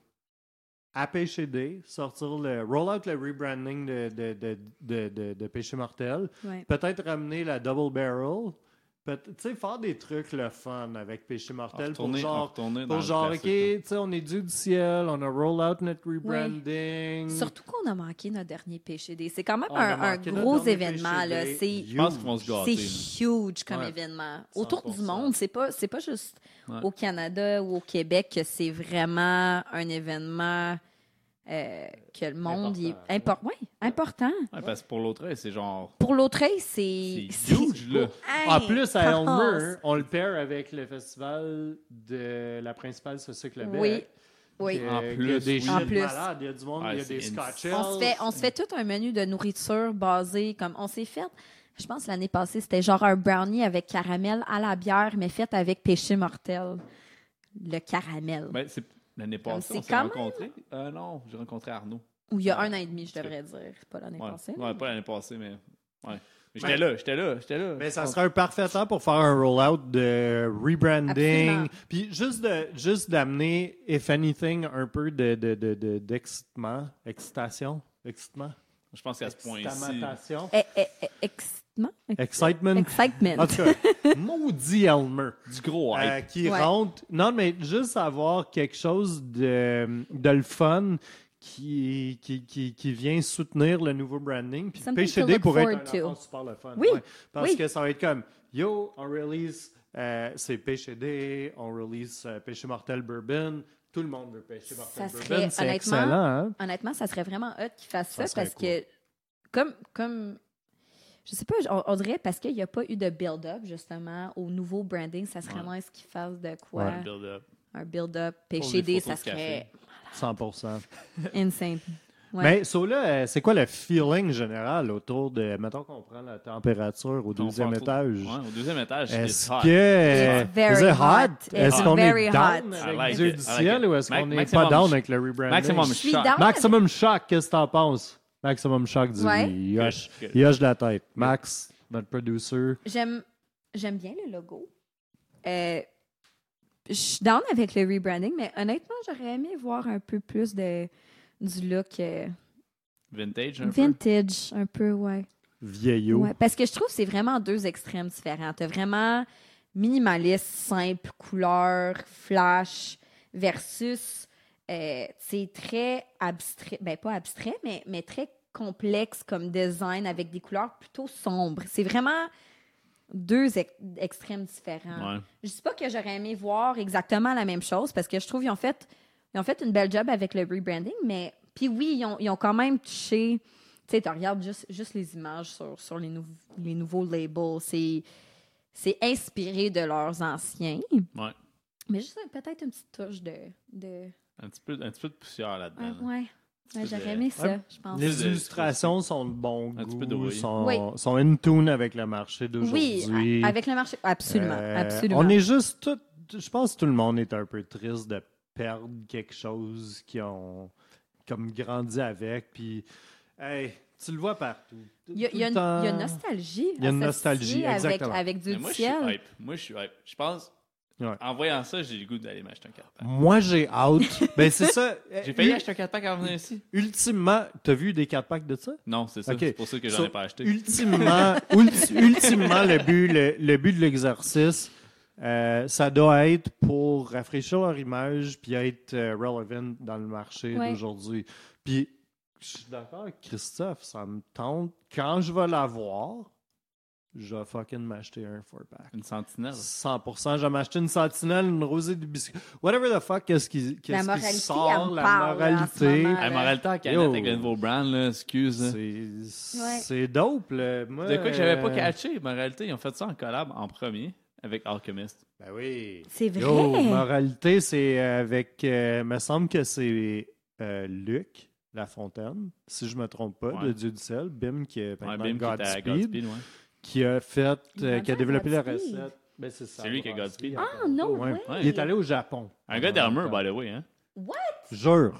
à Péché D, sortir le roll-out, le rebranding de, de, de, de, de, de Péché mortel. Ouais. Peut-être ramener la double barrel. Peut- Tu sais, faire des trucs le fun avec Péché mortel pour Retourner- genre, retourner dans pour le genre ok, classique, tu sais, on est Dieu du ciel, on a roll out notre rebranding. Surtout qu'on a manqué notre dernier Péché D. C'est quand même On a un, un manqué notre gros dernier événement. Péché Là. D. C'est, Je pense qu'ils vont se gâter. c'est huge comme Ouais. événement. Autour cent pour du cent. monde, c'est pas, c'est pas juste Ouais. au Canada ou au Québec que c'est vraiment un événement euh, que le monde y est Important. impor- ouais, important. Ouais, parce que pour l'autre, c'est genre. Pour l'autre œil, c'est. C'est huge, là. En plus, à intense. Elmer, on le paire avec le festival de la principale Socio Québec. Oui. Oui. Que- En qu'il y a plus, des oui. shit En plus. malades, il y a du monde, Ouais, il y a des c'est Scotch On se, fait, on se fait tout un menu de nourriture basé comme on s'est fait. Je pense l'année passée, c'était genre un brownie avec caramel à la bière, mais fait avec péché mortel. Le caramel. Ben, c'est l'année Comme passée, c'est on s'est quand même- rencontrés. Euh, non, j'ai rencontré Arnaud. Ou il y a un an et demi, je devrais dire. Pas l'année Ouais, passée. ouais pas l'année passée, mais. Ouais. Mais Ben- J'étais là, j'étais là, j'étais là. Mais ça serait un parfait temps pour faire un roll-out de rebranding. Absolument. Puis juste de juste d'amener, if anything, un peu de, de, de, de- d'excitement, excitation, excitement, Je pense qu'à ce point-ci. excitation, Eh, eh, eh, excitement? excitement. Excitement. En tout cas, maudit Elmer. Du gros hype. Euh, qui Ouais. rentre. Non, mais juste avoir quelque chose de, de le fun qui, qui, qui, qui vient soutenir le nouveau branding. Puis Something P C to D look pourrait être forward un to. affaire super le fun. Oui, Ouais. Parce oui. que ça va être comme, yo, on release, euh, c'est P C D, on release euh, Péché mortel bourbon. Tout le monde veut Péché mortel Ça bourbon. serait, C'est honnêtement, excellent, hein? Honnêtement, ça serait vraiment hot qu'ils fassent Ça ça, serait parce cool. que, comme, comme, je sais pas, on, on dirait parce qu'il n'y a pas eu de build-up, justement, au nouveau branding, ça serait Ouais. nice qu'ils fassent de quoi? Ouais. Build-up. Un build-up, des Péché D, photos ça de serait cent pour cent. insane. Ouais. Mais, so là, euh, c'est quoi le feeling général autour de. Mettons qu'on prend la température au On deuxième fait un tour- étage. Ouais, au deuxième étage, Est-ce it's hot. que. euh, It's very is it hot. Est-ce It's qu'on very est hot. down I avec like Dieu it. du I like ciel it. ou est-ce Ma- qu'on n'est maximum pas down ch- avec le rebranding? maximum Je suis shock. down. Maximum shock, qu'est-ce que t'en penses? Maximum shock dit Ouais. oui. Il hoche, Good, good. il hoche de la tête. Max, notre producer. J'aime, j'aime bien le logo. Euh, je suis down avec le rebranding, mais honnêtement, j'aurais aimé voir un peu plus de, du look euh, Vintage, un peu. vintage, un peu, ouais. Vieillot. Ouais, parce que je trouve que c'est vraiment deux extrêmes différents. T'as vraiment minimaliste, simple, couleur, flash, versus euh, c'est très abstrait, ben pas abstrait, mais, mais très complexe comme design avec des couleurs plutôt sombres. C'est vraiment deux ex- extrêmes différents. Ouais. Je dis pas que j'aurais aimé voir exactement la même chose parce que je trouve qu'ils ont fait, ils ont fait une belle job avec le rebranding, mais puis oui, ils ont, ils ont quand même touché. Tu sais, tu regardes juste, juste les images sur, sur les, nou- les nouveaux labels. C'est, c'est inspiré de leurs anciens. Ouais. Mais juste euh, peut-être une petite touche de. de... Un petit peu, un petit peu de poussière là-dedans. Ah, là. ouais. petit Ouais, peu j'aurais de- aimé ça, Ouais. je pense. Les de- illustrations sont de bon Un petit peu goût, de oui. sont, Oui. sont in tune avec le marché Oui, d'aujourd'hui. a- avec le marché. Absolument. Euh, absolument. On est juste tout, je pense que tout le monde est un peu triste de perdre quelque chose qui ont comme grandi avec. Puis, hey, tu le vois partout. Il y a, Tout il y a le une, temps. il y a une nostalgie. Il y a une associée nostalgie, avec, exactement. avec du Mais moi, je suis ciel. hype. Moi, je suis hype. Je pense, Ouais. en voyant ça, j'ai le goût d'aller m'acheter un quatre pack. Moi, j'ai hâte. Ben, c'est ça. J'ai failli Euh, acheter un quatre pack en venant ici. Ultimement, t'as vu des quatre packs de ça? Non, c'est ça. Ok. C'est pour ça que j'en So, ai pas acheté. Ultimement, ulti- ultimement le, but, le, le but de l'exercice, euh, ça doit être pour rafraîchir leur image puis être euh, relevant dans le marché Ouais. d'aujourd'hui. Puis, je suis d'accord avec Christophe, ça me tente. Quand je vais l'avoir, je vais fucking m'acheter un four-pack. Une sentinelle. cent pour cent, je vais m'acheter une sentinelle, une rosée du biscuit. Whatever the fuck, qu'est-ce qui, qu'est-ce La qui moralité, sort, elle me la parle, là, en ce moralité. moment. La moralité en canette Yo. avec le nouveau brand, là, excuse. là. C'est Ouais. c'est dope. Là. Moi, De quoi que j'avais pas euh, catché, moralité, ils ont fait ça en collab en premier avec Alchemist. Ben oui. C'est vrai. Yo, moralité, c'est avec. Euh, me semble que c'est euh, Luc Lafontaine, si je me trompe pas, Ouais. de Dieu du ciel, Bim qui est Ouais, maintenant Bim qui était à Godspeed, Godspeed, ouais. qui a fait, Il euh, est qui a rendu à développé la Godspeed. recette. Ben, c'est ça. C'est lui qui a Godspeed. Ah, non, Ouais. ouais. Il est allé au Japon. Un gars d'Armor, by the way, hein. Jure.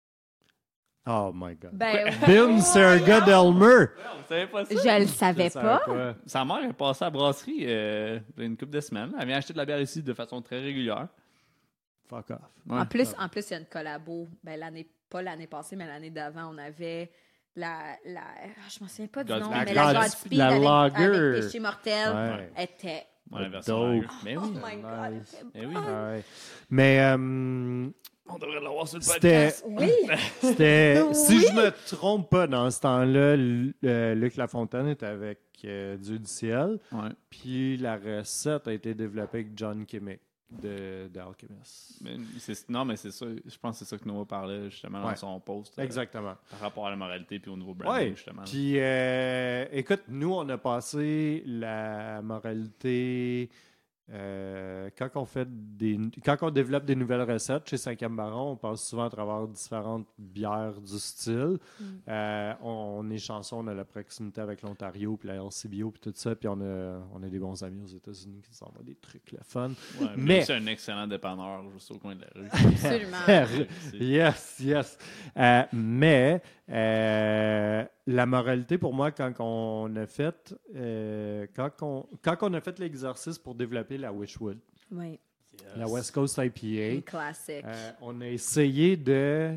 Oh my god. Ben, Bim, c'est un gars d'Elmer. Vous savez pas ça? je le savais Je pas. savais pas. Sa mère est passée à la brasserie euh, il y a une couple de semaines. Elle vient acheter de la bière ici de façon très régulière. Fuck off. Ouais. En plus, en plus, il y a une collabo. Ben, l'année, pas l'année passée, mais l'année d'avant, on avait la. la ah, je m'en souviens pas du Godspeed. nom, La mais la Godspeed, Godspeed la avec, lager. avec Péché Mortel Ouais. était. Ouais, la version Dope. lager. Mais Oh oui. my god, Nice. elle était Eh oui. bonne. Ouais. Mais euh, On devrait l'avoir sur le C'était- podcast. Oui. c'était. Oui. Si je me trompe pas, dans ce temps-là, L- euh, Luc Lafontaine était avec euh, Dieu du ciel. Ouais. Puis la recette a été développée avec John Kimmick de, de Alchemist. Mais c'est- non, mais c'est ça. Je pense que c'est ça que Noah parlait justement Ouais. dans son post. euh, Exactement. par rapport à la moralité puis au nouveau branding, Ouais. justement. Puis, euh, écoute, nous, on a passé la moralité. euh, quand on fait des quand on développe des nouvelles recettes chez Cinquième Baron, on passe souvent à travers différentes bières du style. Mm. Euh, on, on est chanceux, on a la proximité avec l'Ontario puis la L C B O puis tout ça, puis on a, on a des bons amis aux États-Unis qui nous envoient des trucs le fun. Ouais, Mais- mais c'est un excellent dépanneur juste au coin de la rue. Absolument. C'est- Yes, yes. Euh, mais euh, la moralité pour moi, quand on a fait euh, quand, on, quand on a fait l'exercice pour développer la Wishwood, Oui. la West Coast I P Une A, classique. euh, on a essayé de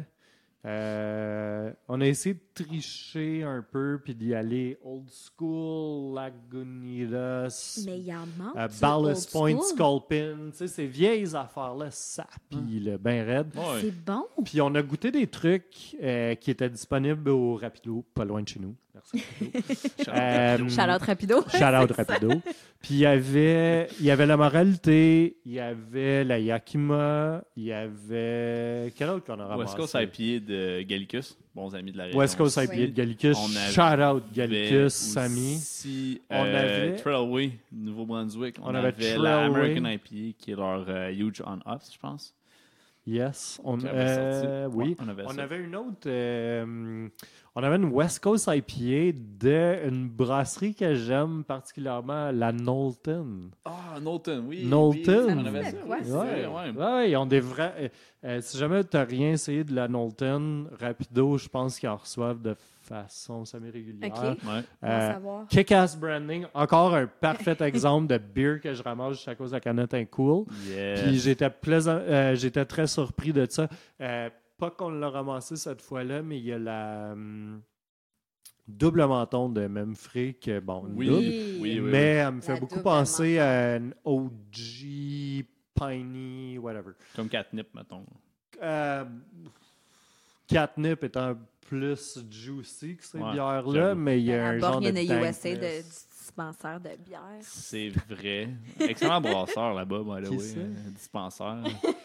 euh, on a essayé de tricher un peu puis d'y aller old school, Lagunitas. Mais il y en manque. Euh, du Ballast old Point, school. Sculpin, tu sais, ces vieilles affaires-là, sapi, là, ben raide. Ouais. C'est bon. Puis on a goûté des trucs euh, qui étaient disponibles au Rapido, pas loin de chez nous. Merci. Rapido. Euh, Shout-out rapido. Shout-out Rapido. Puis il y avait, il y avait la moralité, il y avait la Yakima, il y avait quel autre qu'on a West ramassé? Coast I P A de Gallicus, bons amis de la région. West Coast I P A Oui. de Gallicus. On avait Shout-out Gallicus, Samy. Aussi, On euh, avait- Trailway, Nouveau-Brunswick. On, On avait avait, la Trailway. American I P A qui est leur euh, Huge on Ups, je pense. Yes. On, Qui avait euh, sorti. oui. Ouais, on avait On ça. avait une autre. euh, on avait une West Coast I P A d'une brasserie que j'aime particulièrement, la Knowlton. Ah, Knowlton, oui. Knowlton. Oui, on avait Ça ça. me dit quoi, oui, ça? ouais, Ouais, ouais. ouais, ils ont des vrais. euh, euh, si jamais tu n'as rien essayé de la Knowlton, Rapido, je pense qu'ils en reçoivent de façon semi-régulière. OK. Ouais. On va Euh, savoir. Kick-Ass Branding, encore un parfait exemple de beer que je ramasse juste à cause de la canette est cool. Yes. Puis j'étais plaisant, euh, j'étais très surpris de ça. Euh, pas qu'on l'a ramassé cette fois-là, mais il y a la hum, double menton de Memphis, que bon, une Oui. double, Oui, oui, oui. mais elle me fait La beaucoup double penser menton. à une O G, Piney, whatever. Comme catnip, mettons. Euh, Catnip étant plus juicy que ces Ouais, bières-là, j'avoue. mais il y a La un genre Born de in the U S A de, du dankness. dispensaire de bière. C'est vrai. Excellent brasseur là-bas, by the Qui way. c'est? euh, dispensaire.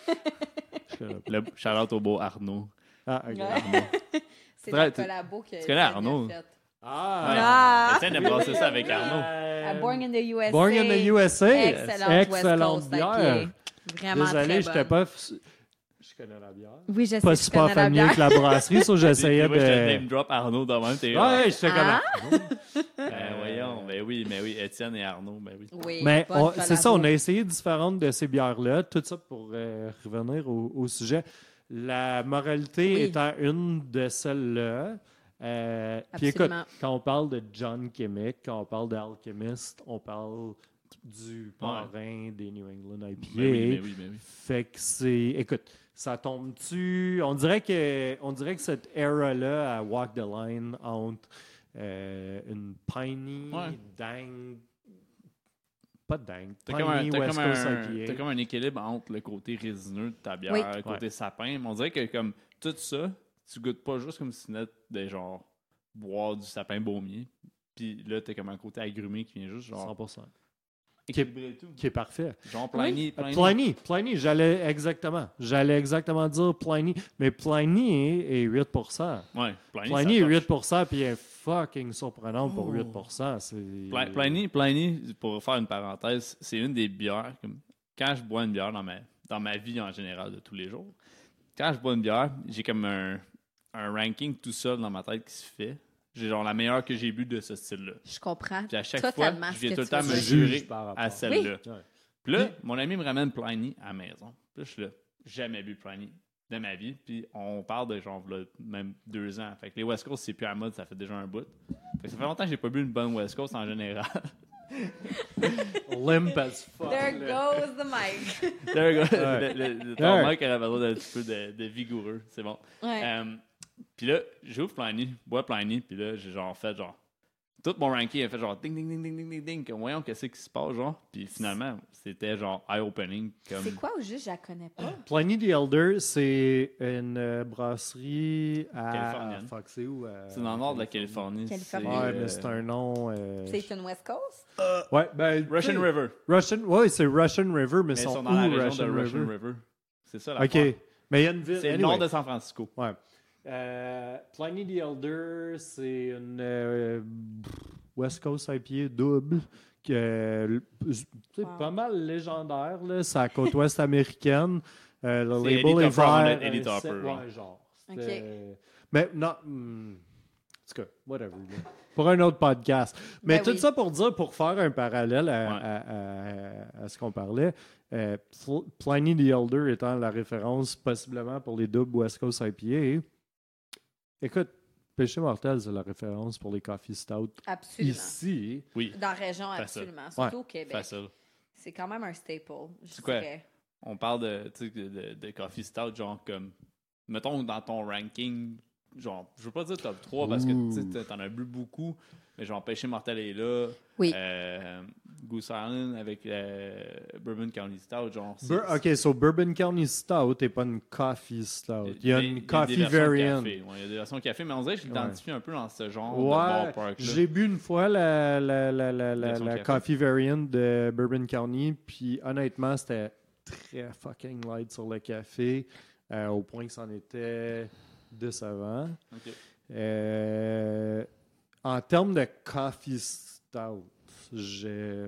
Le shout-out au beau Arnaud. Ah, ok. Ouais. C'est Très- le tu- collabo que tu connais Arnaud? fait. Ah! Ah! Etienne a brassé ça avec Arnaud. Euh, À Born in the U S A. Born in the U S A. Excellente, Excellente West Coast bière. I P A. Vraiment Désolé, très j'étais bonne. pas. f- Je connais la bière. Oui, je sais Pas que tu super connais la familier bière. avec la brasserie, sauf que j'essayais Moi, je te name de. drop Arnaud de même. T'es Ouais, j'étais comme. Ah! Ben voyons, ben oui, mais oui, Étienne et Arnaud, ben oui. Oui, Mais bonne on- c'est collabo. ça, on a essayé différentes de ces bières-là. Tout ça pour euh, revenir au, au sujet. La moralité Oui. étant une de celles-là. Euh, Puis écoute, Absolument. quand on parle de John Kimmick, quand on parle d'Alchemist, on parle du parrain des New England I P A. Ben oui, ben oui, ben oui. Fait que c'est. Écoute, ça tombe-tu. On dirait que, on dirait que cette era-là, à Walk the Line entre euh, une Piney, Ouais. Dang. Pas Dang. T'as Piney, comme, un, t'as, West comme Coast un, I P A. t'as comme un équilibre entre le côté résineux de ta bière, Oui. le côté Ouais. sapin. Mais on dirait que comme tout ça, tu goûtes pas juste comme si tu venais de genre boire du sapin baumier. Puis là, t'as comme un côté agrumé qui vient juste genre cent pour cent. équilibrer tout. Qui est parfait. Genre Pliny. Euh, Pliny. Pliny, Pliny, j'allais exactement. J'allais exactement dire Pliny. Mais Pliny est, est huit pour cent. Ouais, Pliny. Pliny est ça huit pour cent puis elle est fucking surprenante pour Oh. huit pour cent. C'est... Pla- Pliny, Pliny, pour faire une parenthèse, c'est une des bières. Comme, quand je bois une bière dans ma, dans ma vie en général de tous les jours, quand je bois une bière, j'ai comme un, un ranking tout seul dans ma tête qui se fait. J'ai genre la meilleure que j'ai bu de ce style-là. Je comprends Puis à chaque totalement fois, je ce viens que tout le tu temps veux me dire. juge jurer par rapport. à celle-là. Ouais. Puis là, mon ami me ramène Pliny à la maison. Puis là, je suis là, jamais bu Pliny de ma vie. Puis on parle de genre là, même deux ans. Fait que les West Coast, c'est plus à la mode, ça fait déjà un bout. Fait que ça fait longtemps que j'ai pas bu une bonne West Coast en général. Limp as fuck. There là. goes the mic. There you go. Ouais. Le, le, le- ton Ouais. mec avait besoin d'un petit peu de, de vigoureux. C'est bon. Ouais. Euh, puis là, j'ouvre Pliny, bois Pliny, puis là, j'ai genre fait genre. Tout mon ranking a fait genre ding ding ding ding ding ding ding. Comme voyons qu'est-ce qui se passe, genre. Puis finalement, c'était genre eye-opening. Comme... C'est quoi au juste, je la connais pas. Pliny the Elder, c'est une euh, brasserie à. Californienne. Fuck, c'est où? à- C'est dans le nord de la Californie. Californie. c'est, Ouais, euh, mais c'est un nom. euh, C'est une West Coast? Ouais, ben. Russian tu sais, River. Russian, ouais, c'est Russian River, mais, Mais ils sont sont où dans la région Russian de Russian River? River. C'est ça la Ok. Mais il y a une ville. C'est le anyway. nord de San Francisco. Ouais. Euh, Pliny the Elder, c'est une euh, West Coast I P A double. Que, euh, tu sais, Wow. pas mal légendaire, là. C'est à la côte ouest américaine. Euh, le C'est label Elite est Hopper, on vert. est Elite un Hopper, set- ouais. ouais, genre. Ok. C'était- euh, Mais non. hmm, en tout cas, whatever. là. Pour un autre podcast. Mais Ben tout oui. ça pour dire, pour faire un parallèle à, Ouais. à- à- à ce qu'on parlait, euh, Pl- Pliny the Elder étant la référence possiblement pour les doubles West Coast I P A. Écoute, Péché Mortel, c'est la référence pour les coffee stout Absolument. ici. Oui, Dans la région, Facile. absolument. Surtout au Québec. facile. C'est quand même un staple. Je C'est quoi? dirais. On parle de, tu sais, de, de, de coffee stout, genre comme. Mettons dans ton ranking, genre, je veux pas dire top trois parce que tu sais, t'en as bu beaucoup, mais genre Péché Mortel est là. Oui. Euh, Goose Island avec euh, Bourbon County Stout, genre. c'est- Bur- OK, so Bourbon County Stout n'est pas une coffee stout. Il y a mais une des coffee versions variant. café. Ouais, il y a des versions café, mais on dirait que je l'identifie un peu dans ce genre de Ouais, ballpark-là. j'ai bu une fois la, la, la, la, la, Version la café. coffee variant de Bourbon County, puis honnêtement, c'était très fucking light sur le café, euh, au point que c'en était décevant. Ok. Euh, en termes de coffee stout, j'ai, euh,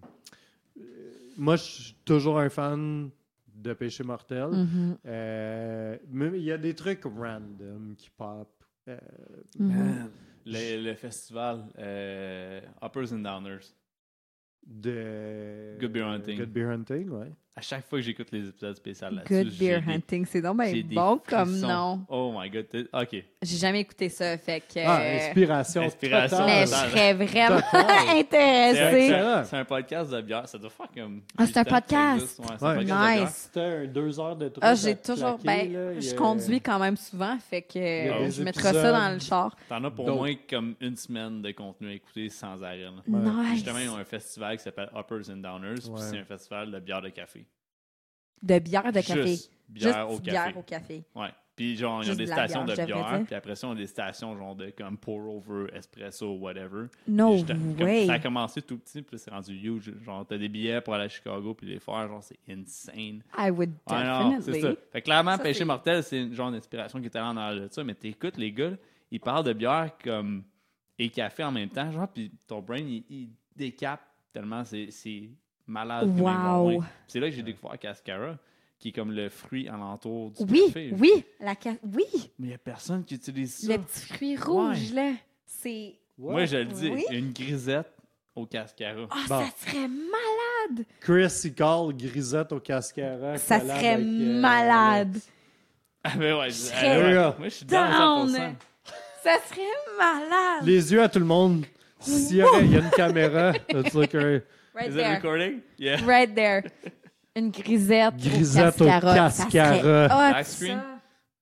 moi, je suis toujours un fan de Péché Mortel. Mhm. Euh, mais il y a des trucs random qui pop. Euh, Mhm. Le, le festival euh, Uppers and Downers de Good Beer Hunting. Good Beer Hunting, ouais. à chaque fois que j'écoute les épisodes spéciaux là-dessus, Good Beer j'ai des- Hunting, c'est donc j'ai bien des bon comme frissons. nom. Oh my god. t'es- OK. J'ai jamais écouté ça, fait que... Ah, euh, inspiration. Inspiration totale. mais je totale. serais vraiment Total. C'est intéressée. excellent. un, c'est un podcast de bière. Ça doit faire comme. Ah, c'est un huit ans que ça podcast? existe. Ouais, c'est Ouais. un podcast de bière. Nice. C'était un deux heures de truc. Ah, à j'ai te toujours... claquer, Ben, là. Il y je a- conduis quand même souvent, fait que y a euh, des je mettrai ça épisodes. dans le char. T'en as pour Donc. moins comme une semaine de contenu à écouter sans arrêt. là. Nice. Justement, ils ont un festival qui s'appelle Uppers and Downers. puis Ouais. C'est un festival de bière de café. De bière de café. Juste bière Juste au café. bière au café. Ouais. Puis genre, ils ont Juste des de la stations bière, de je devrais bière. dire. Puis après ça, ils ont des stations genre de comme pour over, espresso, whatever. No Puis j'étais- comme- way. Ça a commencé tout petit, puis là, c'est rendu huge. Genre, t'as des billets pour aller à Chicago, puis les faire, genre, c'est insane. I would Ouais, non, c'est definitely. ça. Fait que clairement, Ça, Péché c'est- Mortel, c'est une genre d'inspiration qui était là dans de ça. Mais t'écoutes les gars, ils parlent de bière comme et café en même temps, genre, puis ton brain, il, il décape tellement c'est, c'est malade. comme ils vont Wow. loin. Puis c'est là que j'ai découvert Cascara, qui est comme le fruit alentour du Oui, café. oui, la ca... oui, Mais il n'y a personne qui utilise ça. le petit fruit rouge, là. C'est... Moi, je le dis, Oui. une grisette au Cascara. Ah, Bon. ça serait malade! Chris, il call grisette au cascara. Ça collab serait avec, euh, malade! Ah, ben ouais, je- serait ah, ouais. down. Moi, je suis dans cent pour cent. Ça serait malade! Les yeux à tout le monde. S'il y avait, il y a une caméra. It's like a Right Is it there. recording? Yeah. Right there. Une grisette, Grisette au au cascara. Ça cascara. serait hot, Black screen? ça.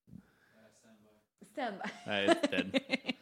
Stand-by. Ouais, it's dead.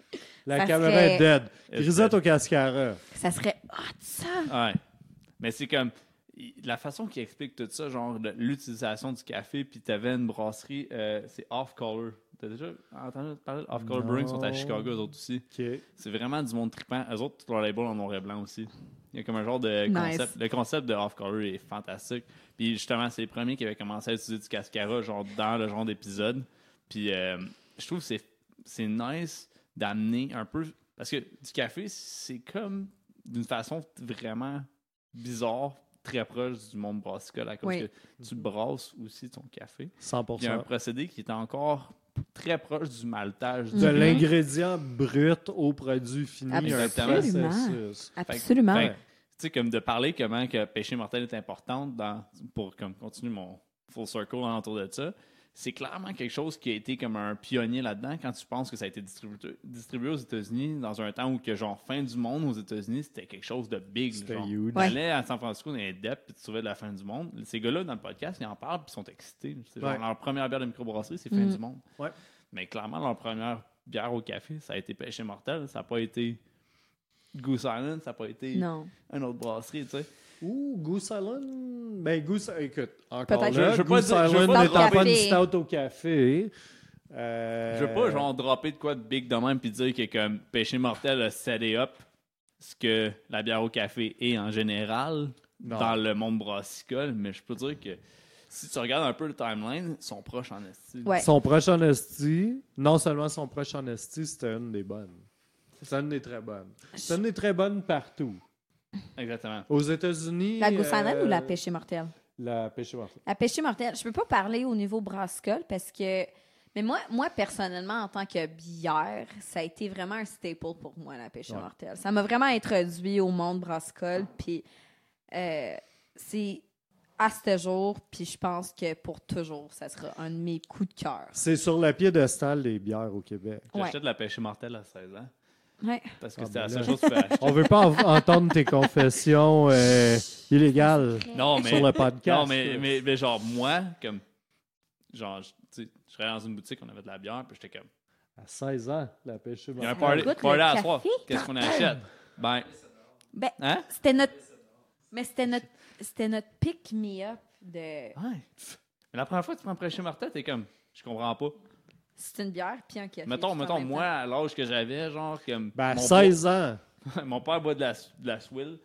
La Ça caméra serait- est dead. It's Grisette dead. au cascara. Ça serait hot, ça! Ouais. Mais c'est comme il- la façon qu'il explique tout ça, genre de- l'utilisation du café, puis t'avais une brasserie, euh, c'est Off Color. T'as déjà entendu parler de Off Color Non. Brewing? Ils sont à Chicago, eux autres aussi. OK. C'est vraiment du monde trippant. Eux autres, leur label en noir et blanc aussi. Il y a comme un genre de Nice. concept. Le concept de Off Color est fantastique. Puis justement, c'est les premiers qui avaient commencé à utiliser du cascara, genre dans le genre d'épisode. Puis euh, je trouve que c'est, c'est nice d'amener un peu. Parce que du café, c'est comme d'une façon vraiment bizarre, très proche du monde brassicole à cause Oui. que tu brasses aussi ton café. cent pour Il y a un cent. procédé qui est encore très proche du maltage. du De Mhm. l'ingrédient brut au produit fini. Absolument. Un processus. Absolument. Fait que, tu sais, comme de parler comment que Péché Mortel est importante dans, pour comme, continuer mon full circle autour de ça, c'est clairement quelque chose qui a été comme un pionnier là-dedans quand tu penses que ça a été distribué, distribué aux États-Unis dans un temps où que genre fin du monde aux États-Unis, c'était quelque chose de big. C'était genre. huge. Tu allais à San Francisco dans les deps puis tu trouvais de la fin du monde. Ces gars-là, dans le podcast, ils en parlent puis ils sont excités. C'est genre Ouais. leur première bière de microbrasserie, c'est fin Mm. du monde. Ouais. Mais clairement, leur première bière au café, ça a été Péché Mortel. Ça n'a pas été Goose Island, ça n'a pas été Non. une autre brasserie, tu sais. Ouh, Goose Island. Ben, Goose, écoute, encore Peut-être. là, Je- je veux pas Goose dire- je veux Island pas n'étant dropper- pas une stout au café. Euh, Je veux pas genre dropper de quoi de big de même puis dire que comme Péché Mortel a set up ce que la bière au café est en général Non. dans le monde brassicole, mais je peux dire que si tu regardes un peu le timeline, ils sont proches en esti. Ouais. Son proche en esti, non seulement son proche en esti, c'était une des bonnes. C'est une des très bonnes. C'est une des très bonnes partout. Exactement. Aux États-Unis. La Goose Island euh, ou la pêche mortelle? La pêche mortelle. La pêche mortelle, je peux pas parler au niveau brassicole parce que... Mais moi, moi, personnellement, en tant que bière, ça a été vraiment un staple pour moi, la pêche Ouais. mortelle. Ça m'a vraiment introduit au monde brassicole, puis euh, c'est à ce jour, puis je pense que pour toujours, ça sera un de mes coups de cœur. C'est sur le piédestal des bières au Québec. J'ai Ouais. acheté de la Péché Mortel à seize ans Ouais. parce que Ah, c'était ben la seule là. chose que tu peux acheter. On veut pas en- entendre tes confessions euh, illégales Non, mais sur le podcast. non, mais, mais, mais genre moi comme genre je- tu sais, je serais dans une boutique, on avait de la bière, puis j'étais comme À seize ans, la pêche il y a un mortelle. party, goûte party le à café. soir. Qu'est-ce qu'on achète? Ben, Ben, hein? c'était notre... Mais c'était notre, c'était notre pick-me-up de... Ouais. Mais la première fois que tu prends Péché Mortel, t'es comme je comprends pas. C'est une bière puis un café. Mettons, tout en mettons même moi, temps. à l'âge que j'avais, genre, comme. Ben, à mon seize ans. père- mon père boit de la, de la swill.